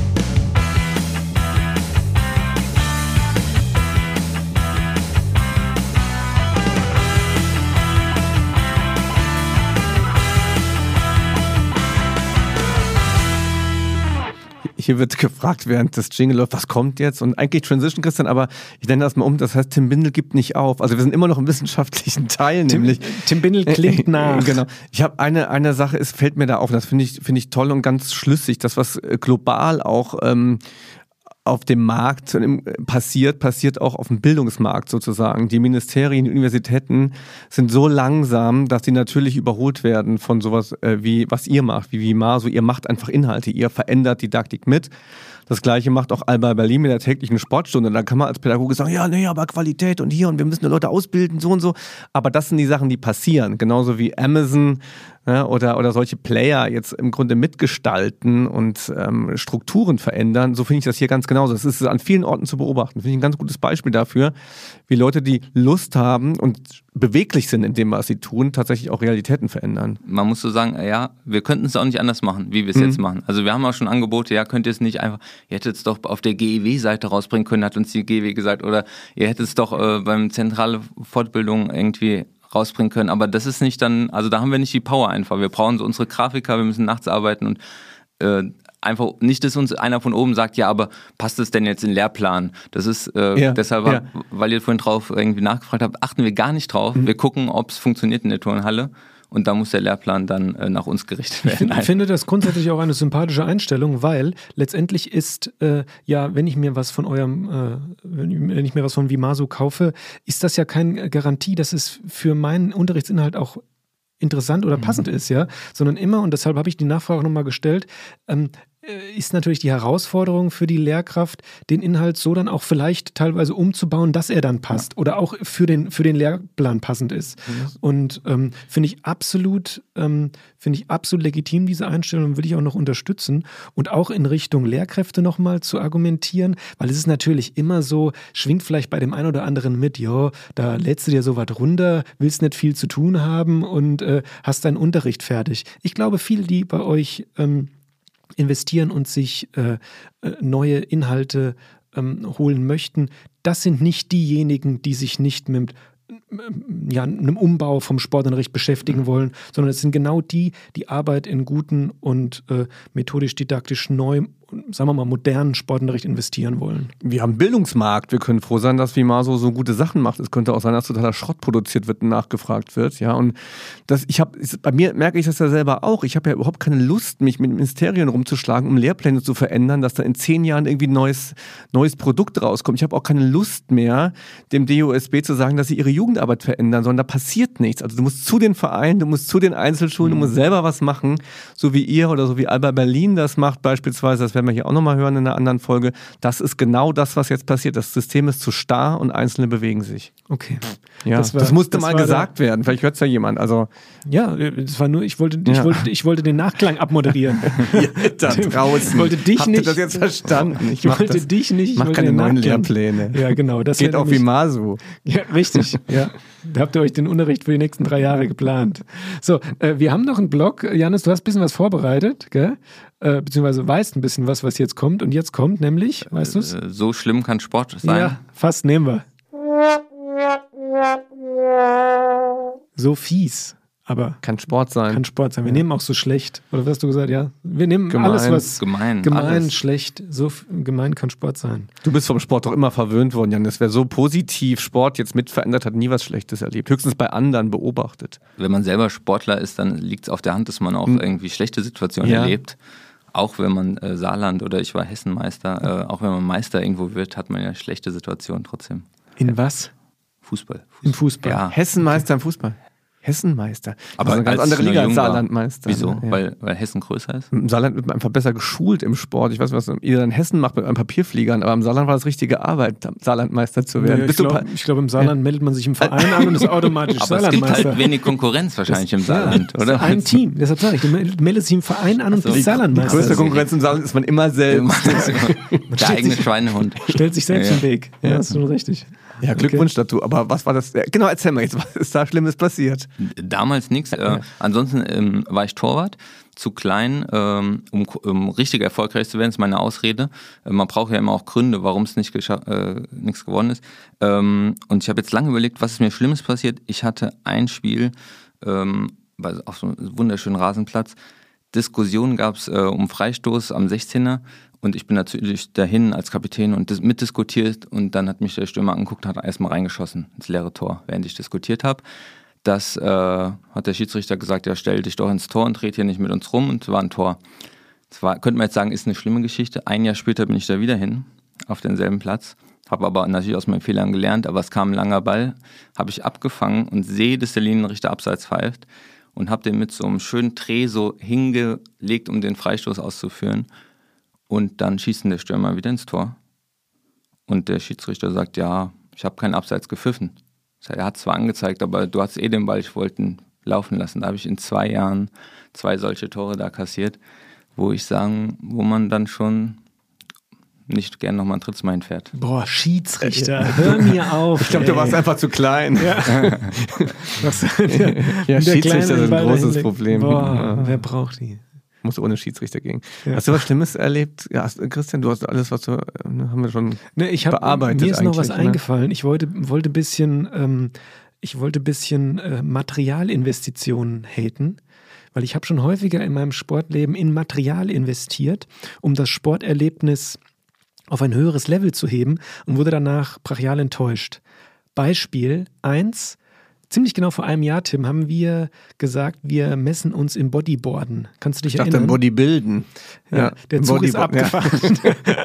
Hier wird gefragt, während das Jingle läuft, was kommt jetzt? Und eigentlich Transition, Christian, aber ich nenne das mal um, das heißt, Tim Bindel gibt nicht auf. Also wir sind immer noch im wissenschaftlichen Teil, Tim, nämlich. Tim Bindel klingt nach. Genau. Ich habe eine, eine Sache, es fällt mir da auf, das finde ich, finde ich toll und ganz schlüssig, das, was global auch ähm, auf dem Markt passiert, passiert auch auf dem Bildungsmarkt sozusagen. Die Ministerien, die Universitäten sind so langsam, dass sie natürlich überholt werden von sowas äh, wie, was ihr macht, wie Vimasu. Ihr macht einfach Inhalte, ihr verändert Didaktik mit. Das Gleiche macht auch Alba Berlin mit der täglichen Sportstunde. Da kann man als Pädagoge sagen, ja, nee, aber Qualität und hier und wir müssen die Leute ausbilden, so und so. Aber das sind die Sachen, die passieren. Genauso wie Amazon, ja, oder, oder solche Player jetzt im Grunde mitgestalten und ähm, Strukturen verändern. So finde ich das hier ganz genauso. Das ist an vielen Orten zu beobachten. Finde ich ein ganz gutes Beispiel dafür, wie Leute, die Lust haben und beweglich sind in dem, was sie tun, tatsächlich auch Realitäten verändern. Man muss so sagen, ja, wir könnten es auch nicht anders machen, wie wir es mhm. jetzt machen. Also wir haben auch schon Angebote, ja, könnt ihr es nicht einfach, ihr hättet es doch auf der G E W-Seite rausbringen können, hat uns die G E W gesagt, oder ihr hättet es doch äh, beim zentrale Fortbildung irgendwie rausbringen können, aber das ist nicht dann, also da haben wir nicht die Power einfach. Wir brauchen so unsere Grafiker, wir müssen nachts arbeiten und äh, einfach nicht, dass uns einer von oben sagt, ja, aber passt es denn jetzt in den Lehrplan? Das ist äh, ja, deshalb, ja. weil ihr vorhin drauf irgendwie nachgefragt habt, achten wir gar nicht drauf. Mhm. Wir gucken, ob es funktioniert in der Turnhalle. Und da muss der Lehrplan dann äh, nach uns gerichtet werden. Ich find, finde das grundsätzlich auch eine sympathische Einstellung, weil letztendlich ist, äh, ja, wenn ich mir was von eurem, äh, wenn ich mir was von Vimasu kaufe, ist das ja keine Garantie, dass es für meinen Unterrichtsinhalt auch interessant oder passend mhm. ist, ja, sondern immer, und deshalb habe ich die Nachfrage nochmal gestellt, ähm, ist natürlich die Herausforderung für die Lehrkraft, den Inhalt so dann auch vielleicht teilweise umzubauen, dass er dann passt ja. oder auch für den, für den Lehrplan passend ist. Mhm. Und ähm, finde ich absolut, ähm, finde ich absolut legitim, diese Einstellung, würde ich auch noch unterstützen und auch in Richtung Lehrkräfte nochmal zu argumentieren, weil es ist natürlich immer so, schwingt vielleicht bei dem einen oder anderen mit, ja, da lädst du dir sowas runter, willst nicht viel zu tun haben und äh, hast deinen Unterricht fertig. Ich glaube, viele, die bei euch ähm, investieren und sich äh, neue Inhalte ähm, holen möchten, das sind nicht diejenigen, die sich nicht mit ja, einem Umbau vom Sportunterricht beschäftigen wollen, sondern es sind genau die, die Arbeit in guten und äh, methodisch-didaktisch neu, sagen wir mal, modernen Sportunterricht investieren wollen. Wir haben einen Bildungsmarkt. Wir können froh sein, dass Vimasu so gute Sachen macht. Es könnte auch sein, dass totaler Schrott produziert wird und nachgefragt wird. Ja, und das, ich habe, bei mir merke ich das ja selber auch. Ich habe ja überhaupt keine Lust, mich mit Ministerien rumzuschlagen, um Lehrpläne zu verändern, dass da in zehn Jahren irgendwie ein neues, neues Produkt rauskommt. Ich habe auch keine Lust mehr, dem D O S B zu sagen, dass sie ihre Jugendarbeit verändern, sondern da passiert nichts. Also du musst zu den Vereinen, du musst zu den Einzelschulen, mhm. du musst selber was machen, so wie ihr oder so wie Alba Berlin das macht beispielsweise. Das werden wir hier auch nochmal hören in einer anderen Folge. Das ist genau das, was jetzt passiert. Das System ist zu starr und Einzelne bewegen sich. Okay. Ja, das, war, das musste das mal gesagt werden. Vielleicht hört es ja jemand. Also, ja, das war nur, ich wollte, ich, ja. wollte, ich wollte den Nachklang abmoderieren. Ja, da draußen. Ich wollte dich Habt nicht. Ihr das jetzt verstanden? Ich, ich wollte das, dich nicht. Ich mach wollte keine neuen Nachklang. Lehrpläne. Ja, genau. Das geht auf Vimasu. Ja, richtig. Ja. Da habt ihr euch den Unterricht für die nächsten drei Jahre geplant. So, äh, wir haben noch einen Blog. Janis, du hast ein bisschen was vorbereitet, gell? Äh, beziehungsweise weißt ein bisschen was, was jetzt kommt. Und jetzt kommt nämlich, weißt du es? Äh, so schlimm kann Sport sein. Ja, fast nehmen wir. So fies. Aber kann Sport sein. Kann Sport sein. Wir ja. nehmen auch so schlecht. Oder was hast du gesagt? Ja. Wir nehmen gemein, alles, was gemein, gemein alles. schlecht. So gemein kann Sport sein. Du bist vom Sport doch immer verwöhnt worden, Jan. Das wäre so positiv. Sport jetzt mit verändert, hat nie was Schlechtes erlebt. Höchstens bei anderen beobachtet. Wenn man selber Sportler ist, dann liegt es auf der Hand, dass man auch hm. irgendwie schlechte Situationen ja. erlebt. Auch wenn man äh, Saarland oder ich war Hessenmeister, äh, auch wenn man Meister irgendwo wird, hat man ja schlechte Situationen trotzdem. In was? Fußball. Fußball. Im Fußball. Ja. Hessenmeister im Fußball. Hessenmeister. Aber das ist eine ganz andere Liga als Saarlandmeister. Wieso? Ja. Weil, weil Hessen größer ist? Im Saarland wird man einfach besser geschult im Sport. Ich weiß nicht, was ihr in Hessen macht mit einem Papierfliegern, aber im Saarland war das richtige Arbeit, Saarlandmeister zu werden. Nee, ich glaube, glaub, im Saarland ja. meldet man sich im Verein an und ist automatisch aber Saarlandmeister. Es gibt halt wenig Konkurrenz wahrscheinlich das, im Saarland, ja, oder? Ein Team, deshalb sage ich, du meldest dich im Verein an und also, bist Saarlandmeister. Die größte Konkurrenz im Saarland ist man immer selbst. Der eigene Schweinehund. Stellt sich selbst ja. im Weg. Ja, ja, das ist schon richtig. Ja, Glückwunsch okay. dazu. Aber was war das? Genau, erzähl mal jetzt, was ist da Schlimmes passiert? Damals nichts. Äh, ansonsten ähm, war ich Torwart, zu klein, ähm, um, um richtig erfolgreich zu werden, ist meine Ausrede. Äh, man braucht ja immer auch Gründe, warum es nicht äh, nichts geworden ist. Ähm, und ich habe jetzt lange überlegt, was ist mir Schlimmes passiert. Ich hatte ein Spiel ähm, auf so einem wunderschönen Rasenplatz. Diskussionen gab es äh, um Freistoß am sechzehner. Und ich bin natürlich dahin als Kapitän und mitdiskutiert und dann hat mich der Stürmer angeguckt und hat erstmal reingeschossen ins leere Tor, während ich diskutiert habe. Das äh, hat der Schiedsrichter gesagt, ja, stell dich doch ins Tor und dreht hier nicht mit uns rum, und es war ein Tor. Das war, könnte man jetzt sagen, ist eine schlimme Geschichte. Ein Jahr später bin ich da wieder hin, auf denselben Platz, habe aber natürlich aus meinen Fehlern gelernt, aber es kam ein langer Ball, habe ich abgefangen und sehe, dass der Linienrichter abseits pfeift und habe den mit so einem schönen Dreh so hingelegt, um den Freistoß auszuführen. Und dann schießt der Stürmer wieder ins Tor. Und der Schiedsrichter sagt, ja, ich habe keinen Abseits gepfiffen. Er hat zwar angezeigt, aber du hast eh den Ball, ich wollte ihn laufen lassen. Da habe ich in zwei Jahren zwei solche Tore da kassiert, wo ich sagen, wo man dann schon nicht gern nochmal ein drittes Mal hinfährt. Boah, Schiedsrichter, hör mir auf. Ich glaube, du warst einfach zu klein. Ja, Was, der, ja Schiedsrichter sind ein großes Problem. Boah, ja. Wer braucht die? Muss ohne Schiedsrichter gehen. Ja. Hast du was Schlimmes erlebt? Ja, Christian, du hast alles, was du, ne, haben wir schon ne, ich hab, bearbeitet. Mir ist noch was ne? eingefallen. Ich wollte, wollte ein bisschen, ähm, ich wollte bisschen äh, Materialinvestitionen haten, weil ich habe schon häufiger in meinem Sportleben in Material investiert, um das Sporterlebnis auf ein höheres Level zu heben und wurde danach brachial enttäuscht. Beispiel eins. Ziemlich genau vor einem Jahr, Tim, haben wir gesagt, wir messen uns im Bodyboarden. Kannst du dich ich erinnern? Ich dachte im Bodybuilden. Ja, ja, der Zug Bodyboard, ist abgefahren.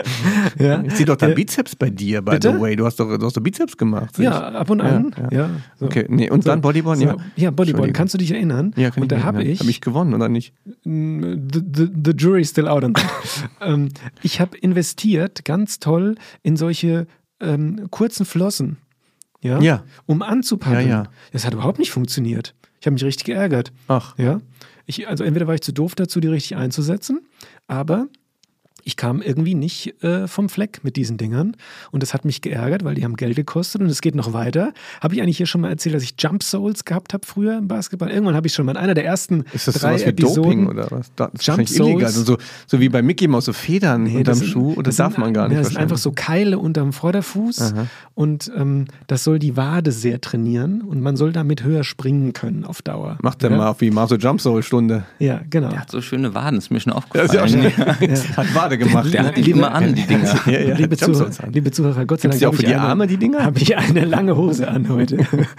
Ja. ja. Ich sehe doch da äh, Bizeps bei dir, by bitte? the way. Du hast doch, du hast doch Bizeps gemacht. Ja, ab und an. Ja, ja. ja so. Okay, nee. Und so. Dann Bodyboarden? So. Ja, Bodyboarden. Kannst du dich erinnern? Ja, kann und ich da habe ich... Habe ich gewonnen oder nicht? The, the, the jury's still out on that. ähm, ich habe investiert, ganz toll, in solche ähm, kurzen Flossen. Ja, ja. Um anzupacken. Ja, ja. Das hat überhaupt nicht funktioniert. Ich habe mich richtig geärgert. Ach. Ja. Ich, also entweder war ich zu doof dazu, die richtig einzusetzen, aber ich kam irgendwie nicht äh, vom Fleck mit diesen Dingern und das hat mich geärgert, weil die haben Geld gekostet und es geht noch weiter. Habe ich eigentlich hier schon mal erzählt, dass ich Jump Soles gehabt habe früher im Basketball? Irgendwann habe ich schon mal in einer der ersten ist das drei sowas wie Episoden. Doping oder was? Das ist Jump illegal. Also so, so wie bei Mickey Mouse, so Federn nee, unterm das Schuh. Und das, das darf sind, man gar nicht. Ja, das sind einfach so Keile unterm Vorderfuß. Aha. Und ähm, das soll die Wade sehr trainieren und man soll damit höher springen können auf Dauer. Macht der ja? mal wie Marso Jump Soul Stunde. Ja, genau. Der hat so schöne Waden, ist mir schon aufgefallen. Ja, ja. Hat Wade gemacht. Der hat die immer an, die Dinger. Ja, ja. Liebe, Zuhörer, liebe Zuhörer, Gott sei Dank. Gibt's die auch für die Arme, die Dinger? Habe ich eine lange Hose an heute.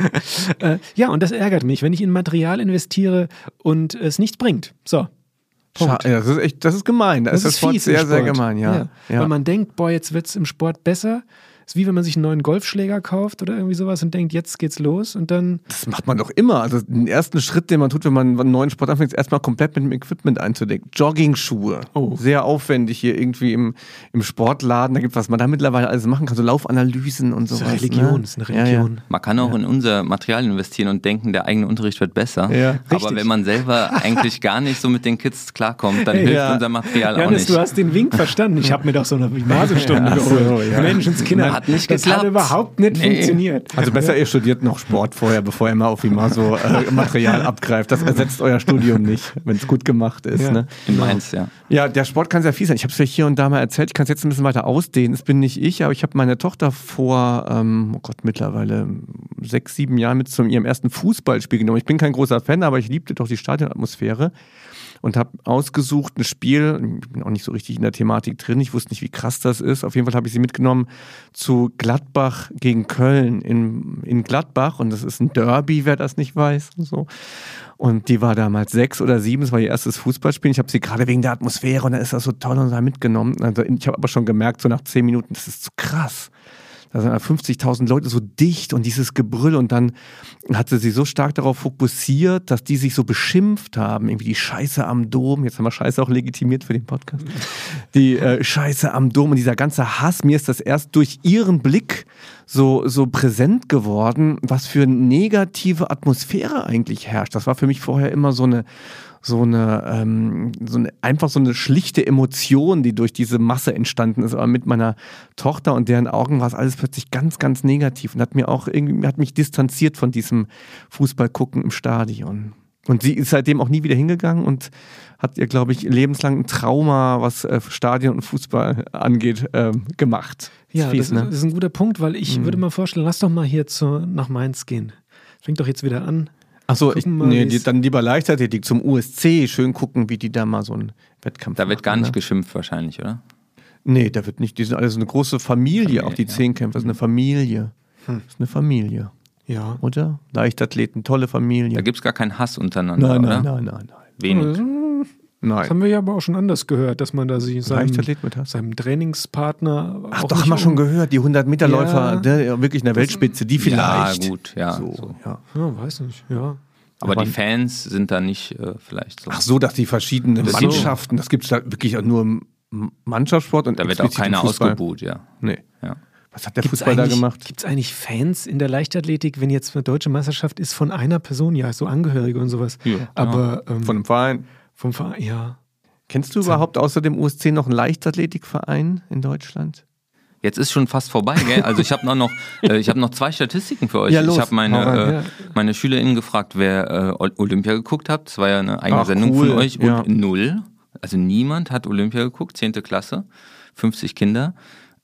äh, ja, und das ärgert mich, wenn ich in Material investiere und es nichts bringt. So. Punkt. Ja, das ist echt, das ist gemein. Da das ist das ist Sport fies sehr, im Sport. sehr gemein, ja. Ja. Ja. Weil man denkt, boah, jetzt wird es im Sport besser. Ist wie wenn man sich einen neuen Golfschläger kauft oder irgendwie sowas und denkt, jetzt geht's los und dann... Das macht man doch immer. Also den ersten Schritt, den man tut, wenn man einen neuen Sport anfängt, ist erstmal komplett mit dem Equipment einzudecken. Jogging-Schuhe. Oh. Sehr aufwendig hier irgendwie im, im Sportladen. Da gibt es, was man da mittlerweile alles machen kann. So Laufanalysen und sowas. Das ist eine Religion. Ne? Das ist eine Religion. Ja, ja. Man kann auch ja. in unser Material investieren und denken, der eigene Unterricht wird besser. Ja. Aber Richtig. wenn man selber eigentlich gar nicht so mit den Kids klarkommt, dann hilft ja. unser Material Janis, auch nicht. du hast den Wink verstanden. Ich habe mir doch so eine Vimasestunde Ja, geholt. so, ja. Menschenskinder. Hat nicht das geklappt. hat überhaupt nicht Nee. funktioniert. Also besser, ihr studiert noch Sport vorher, bevor ihr mal auf Vimaso äh, Material abgreift. Das ersetzt euer Studium nicht, wenn es gut gemacht ist. Ja. Ne? In Mainz, ja. Ja, der Sport kann sehr fies sein. Ich habe es vielleicht hier und da mal erzählt. Ich kann es jetzt ein bisschen weiter ausdehnen. Es bin nicht ich, aber ich habe meine Tochter vor, ähm, oh Gott, mittlerweile sechs, sieben Jahren mit zu ihrem ersten Fußballspiel genommen. Ich bin kein großer Fan, aber ich liebte doch die Stadionatmosphäre. Und habe ausgesucht ein Spiel, ich bin auch nicht so richtig in der Thematik drin, ich wusste nicht, wie krass das ist. Auf jeden Fall habe ich sie mitgenommen zu Gladbach gegen Köln in, in Gladbach. Und das ist ein Derby, wer das nicht weiß. Und, so. Und die war damals sechs oder sieben, das war ihr erstes Fußballspiel. Ich habe sie gerade wegen der Atmosphäre und da ist das so toll und da mitgenommen. Also ich habe aber schon gemerkt, so nach zehn Minuten, das ist zu krass. da sind fünfzigtausend Leute so dicht und dieses Gebrüll und dann hat sie sich so stark darauf fokussiert, dass die sich so beschimpft haben, irgendwie die Scheiße am Dom, jetzt haben wir Scheiße auch legitimiert für den Podcast, die äh, Scheiße am Dom und dieser ganze Hass, mir ist das erst durch ihren Blick so, so präsent geworden, was für eine negative Atmosphäre eigentlich herrscht. Das war für mich vorher immer so eine so eine, ähm, so eine, einfach so eine schlichte Emotion, die durch diese Masse entstanden ist. Aber mit meiner Tochter und deren Augen war es alles plötzlich ganz, ganz negativ und hat mir auch irgendwie, hat mich distanziert von diesem Fußballgucken im Stadion. Und sie ist seitdem auch nie wieder hingegangen und hat ihr, glaube ich, lebenslang ein Trauma, was äh, Stadion und Fußball angeht, äh, gemacht. Ja, das, fies, das, ist, ne? das ist ein guter Punkt, weil ich Mhm. würde mal vorstellen, lass doch mal hier zu, nach Mainz gehen. Fängt doch jetzt wieder an. Achso, ich, mal, nee, wie's- die, dann lieber Leichtathletik zum U S C, schön gucken, wie die da mal so einen Wettkampf Da wird machen, gar nicht ne? geschimpft wahrscheinlich, oder? Nee, da wird nicht, die sind alle so eine große Familie, Familie, auch die ja. Zehnkämpfer, das ist eine Familie. Hm. Das ist eine Familie, Ja. oder? Leichtathleten, tolle Familie. Da gibt es gar keinen Hass untereinander, nein, oder? nein, nein, nein, nein. Wenig. Das Nein. haben wir ja aber auch schon anders gehört, dass man da sich seinem, Leichtathlet mit Hass. seinem Trainingspartner Ach auch doch, nicht haben wir schon um- gehört, die hundert-Meter-Läufer, Ja. der, wirklich in der Weltspitze, die vielleicht. Ja, gut, ja. So, So. ja. Ja, weiß nicht, ja. Aber Aber- die Fans sind da nicht äh, vielleicht so. Ach so, dass die verschiedenen Das- Mannschaften, das gibt es da wirklich nur im Mannschaftssport und Da wird auch explizit im keiner Fußball. ausgebuht, ja. Nee. ja. Was hat der Gibt's Fußball da eigentlich- gemacht? Gibt es eigentlich Fans in der Leichtathletik, wenn jetzt eine deutsche Meisterschaft ist, von einer Person, ja, so Angehörige und sowas. Ja, aber ähm, Von einem Verein. vom Verein, ja. Kennst du überhaupt außer dem U S C noch einen Leichtathletikverein in Deutschland? Jetzt ist schon fast vorbei, gell? Also ich habe noch, noch, äh, ich hab noch zwei Statistiken für euch. Ja, los, ich habe meine, hau rein. äh, Ja. meine SchülerInnen gefragt, wer äh, Olympia geguckt hat. Das war ja eine eigene Ach, Sendung cool, von euch. Und ja. null. Also niemand hat Olympia geguckt, zehnte Klasse, fünfzig Kinder.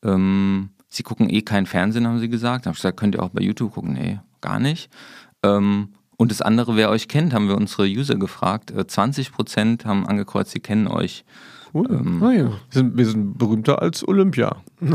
Ähm, sie gucken eh kein Fernsehen, haben sie gesagt. Da habe ich gesagt, könnt ihr auch bei YouTube gucken? Nee, gar nicht. Ähm, und das andere, wer euch kennt, haben wir unsere User gefragt. Äh, zwanzig Prozent haben angekreuzt, sie kennen euch. Cool. Ähm, Ah, ja. Wir sind, wir sind berühmter als Olympia.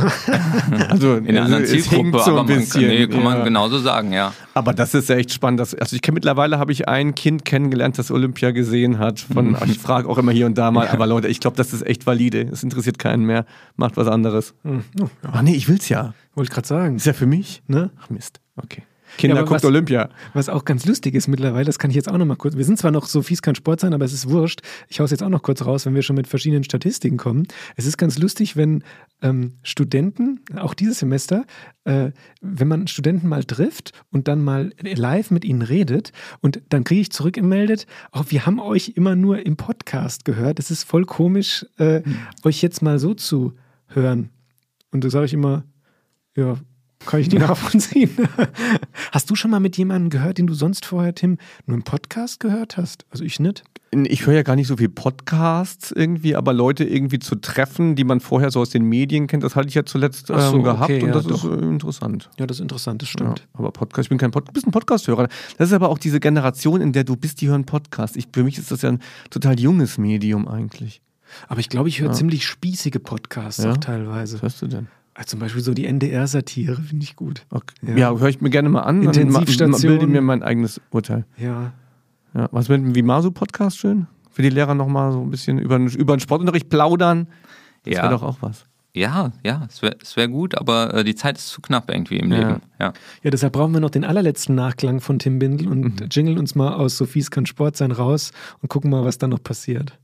also In einer anderen es hinkt Zielgruppe, so aber ein man, bisschen. nee, kann man ja. genauso sagen, ja. Aber das ist ja echt spannend. Dass, also ich kenn, mittlerweile habe ich ein Kind kennengelernt, das Olympia gesehen hat. Von, ich frage auch immer hier und da mal, aber Leute, ich glaube, das ist echt valide. Es interessiert keinen mehr. Macht was anderes. Hm, oh, ja. Ach nee, ich will's ja. Wollte ich gerade sagen. Ist ja für mich. Ne? Ach Mist. Okay. Kinder, Ja, aber guckt was- Olympia. Was auch ganz lustig ist mittlerweile, das kann ich jetzt auch noch mal kurz, wir sind zwar noch so fies kein Sport sein, aber es ist wurscht. Ich hau's jetzt auch noch kurz raus, wenn wir schon mit verschiedenen Statistiken kommen. Es ist ganz lustig, wenn ähm, Studenten, auch dieses Semester, äh, wenn man Studenten mal trifft und dann mal live mit ihnen redet und dann kriege ich zurückgemeldet, oh, wir haben euch immer nur im Podcast gehört. Es ist voll komisch, äh, Hm. euch jetzt mal so zu hören. Und da sage ich immer, ja, kann ich die nachvollziehen. Hast du schon mal mit jemandem gehört, den du sonst vorher, Tim, nur im Podcast gehört hast? Also ich nicht. Ich höre ja gar nicht so viel Podcasts irgendwie, aber Leute irgendwie zu treffen, die man vorher so aus den Medien kennt, das hatte ich ja zuletzt ähm, Ach so, gehabt okay, und ja, das doch. ist äh, interessant. Ja, das ist interessant, das Ja, stimmt. aber Podcast, ich bin kein Pod, du bist ein Podcast-Hörer. Das ist aber auch diese Generation, in der du bist, die hören Podcast. Ich, für mich ist das ja ein total junges Medium eigentlich. Aber ich glaube, ich höre Ja. ziemlich spießige Podcasts Ja? auch teilweise. Was hörst du denn? Also zum Beispiel so die N D R-Satire, finde ich gut. Okay. Ja. Ja, höre ich mir gerne mal an. Dann ma- Intensivstation. ma- bilde mir mein eigenes Urteil. Ja. Ja, was mit dem Vimasu-Podcast schön? Für die Lehrer nochmal so ein bisschen über, über den Sportunterricht plaudern. Das Ja. wäre doch auch was. Ja, ja, es wäre es wär gut, aber äh, die Zeit ist zu knapp irgendwie im Ja. Leben. Ja. Ja, deshalb brauchen wir noch den allerletzten Nachklang von Tim Bindel und Mhm. jingeln uns mal aus Sophies kann Sport sein raus und gucken mal, was da noch passiert.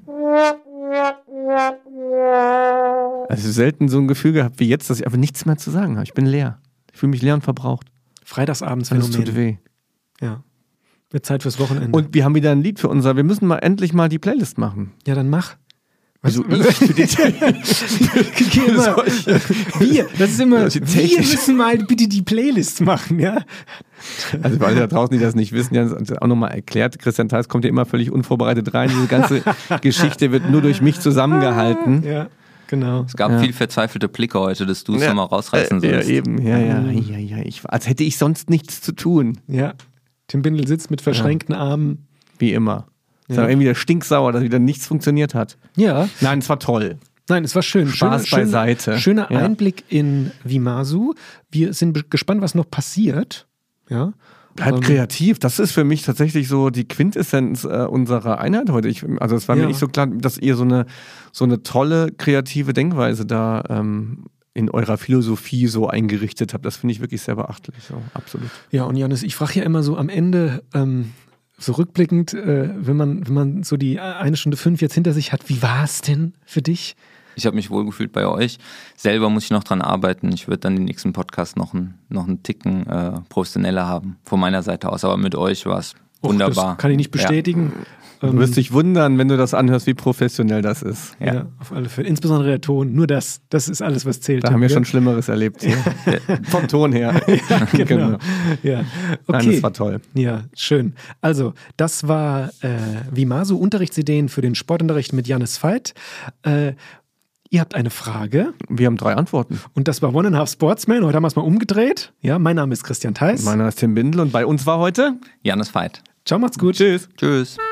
Also selten so ein Gefühl gehabt wie jetzt, dass ich einfach nichts mehr zu sagen habe. Ich bin leer. Ich fühle mich leer und verbraucht. Alles Freitagsabends-Phänomen. tut weh. Ja. Wird Zeit fürs Wochenende. Und wir haben wieder ein Lied für unser. Wir müssen mal endlich mal die Playlist machen. ja, dann mach. Wieso ich? Für die Geh immer. Wir, das ist immer, Solche wir technisch- müssen mal bitte die Playlist machen, ja. Also für alle da draußen, die das nicht wissen, die haben es auch nochmal erklärt. Christian Theis kommt ja immer völlig unvorbereitet rein. Diese ganze Geschichte wird nur durch mich zusammengehalten. Ja, genau. Es gab Ja. viel verzweifelte Blicke heute, dass du es Ja. nochmal rausreißen Äh, ja, sollst. eben. Ja, ja, ja, ja. Ich, als hätte ich sonst nichts zu tun. Ja. Tim Bindel sitzt mit verschränkten Armen. Wie immer. Ist Ja. aber irgendwie wieder stinksauer, dass wieder nichts funktioniert hat. Ja. Nein, es war toll. Nein, es war schön. Spaß schöner, beiseite. Schöner Ja. Einblick in Vimasu. Wir sind be- gespannt, was noch passiert. Ja. Bleibt Ähm, kreativ. Das ist für mich tatsächlich so die Quintessenz äh, unserer Einheit heute. Ich, also es war Ja. mir nicht so klar, dass ihr so eine, so eine tolle kreative Denkweise da ähm, in eurer Philosophie so eingerichtet habt. Das finde ich wirklich sehr beachtlich, so, absolut. Ja, und Jannis, ich frage ja immer so am Ende, ähm, so rückblickend, äh, wenn man, wenn man so die eine Stunde fünf jetzt hinter sich hat, wie war es denn für dich? Ich habe mich wohlgefühlt bei euch. Selber muss ich noch dran arbeiten. Ich würde dann den nächsten Podcast noch, ein, noch einen Ticken äh, professioneller haben, von meiner Seite aus. Aber mit euch war es wunderbar. Das kann ich nicht bestätigen. Ja. Du wirst dich wundern, wenn du das anhörst, wie professionell das ist. Ja, ja, auf alle Fälle. Insbesondere der Ton. Nur das, das ist alles, was zählt. Da haben wir schon Schlimmeres erlebt. So. Vom Ton her. Ja, genau. genau. Ja. Okay. Nein, das war toll. Ja, schön. Also, das war äh, Vimaso, Unterrichtsideen für den Sportunterricht mit Jannis Veit. Äh, Ihr habt eine Frage. Wir haben drei Antworten. Und das war One and a Half Sportsman. Heute haben wir es mal umgedreht. Ja, mein Name ist Christian Theis. Mein Name ist Tim Bindel und bei uns war heute Jannis Veit. Ciao, macht's gut. Tschüss. Tschüss.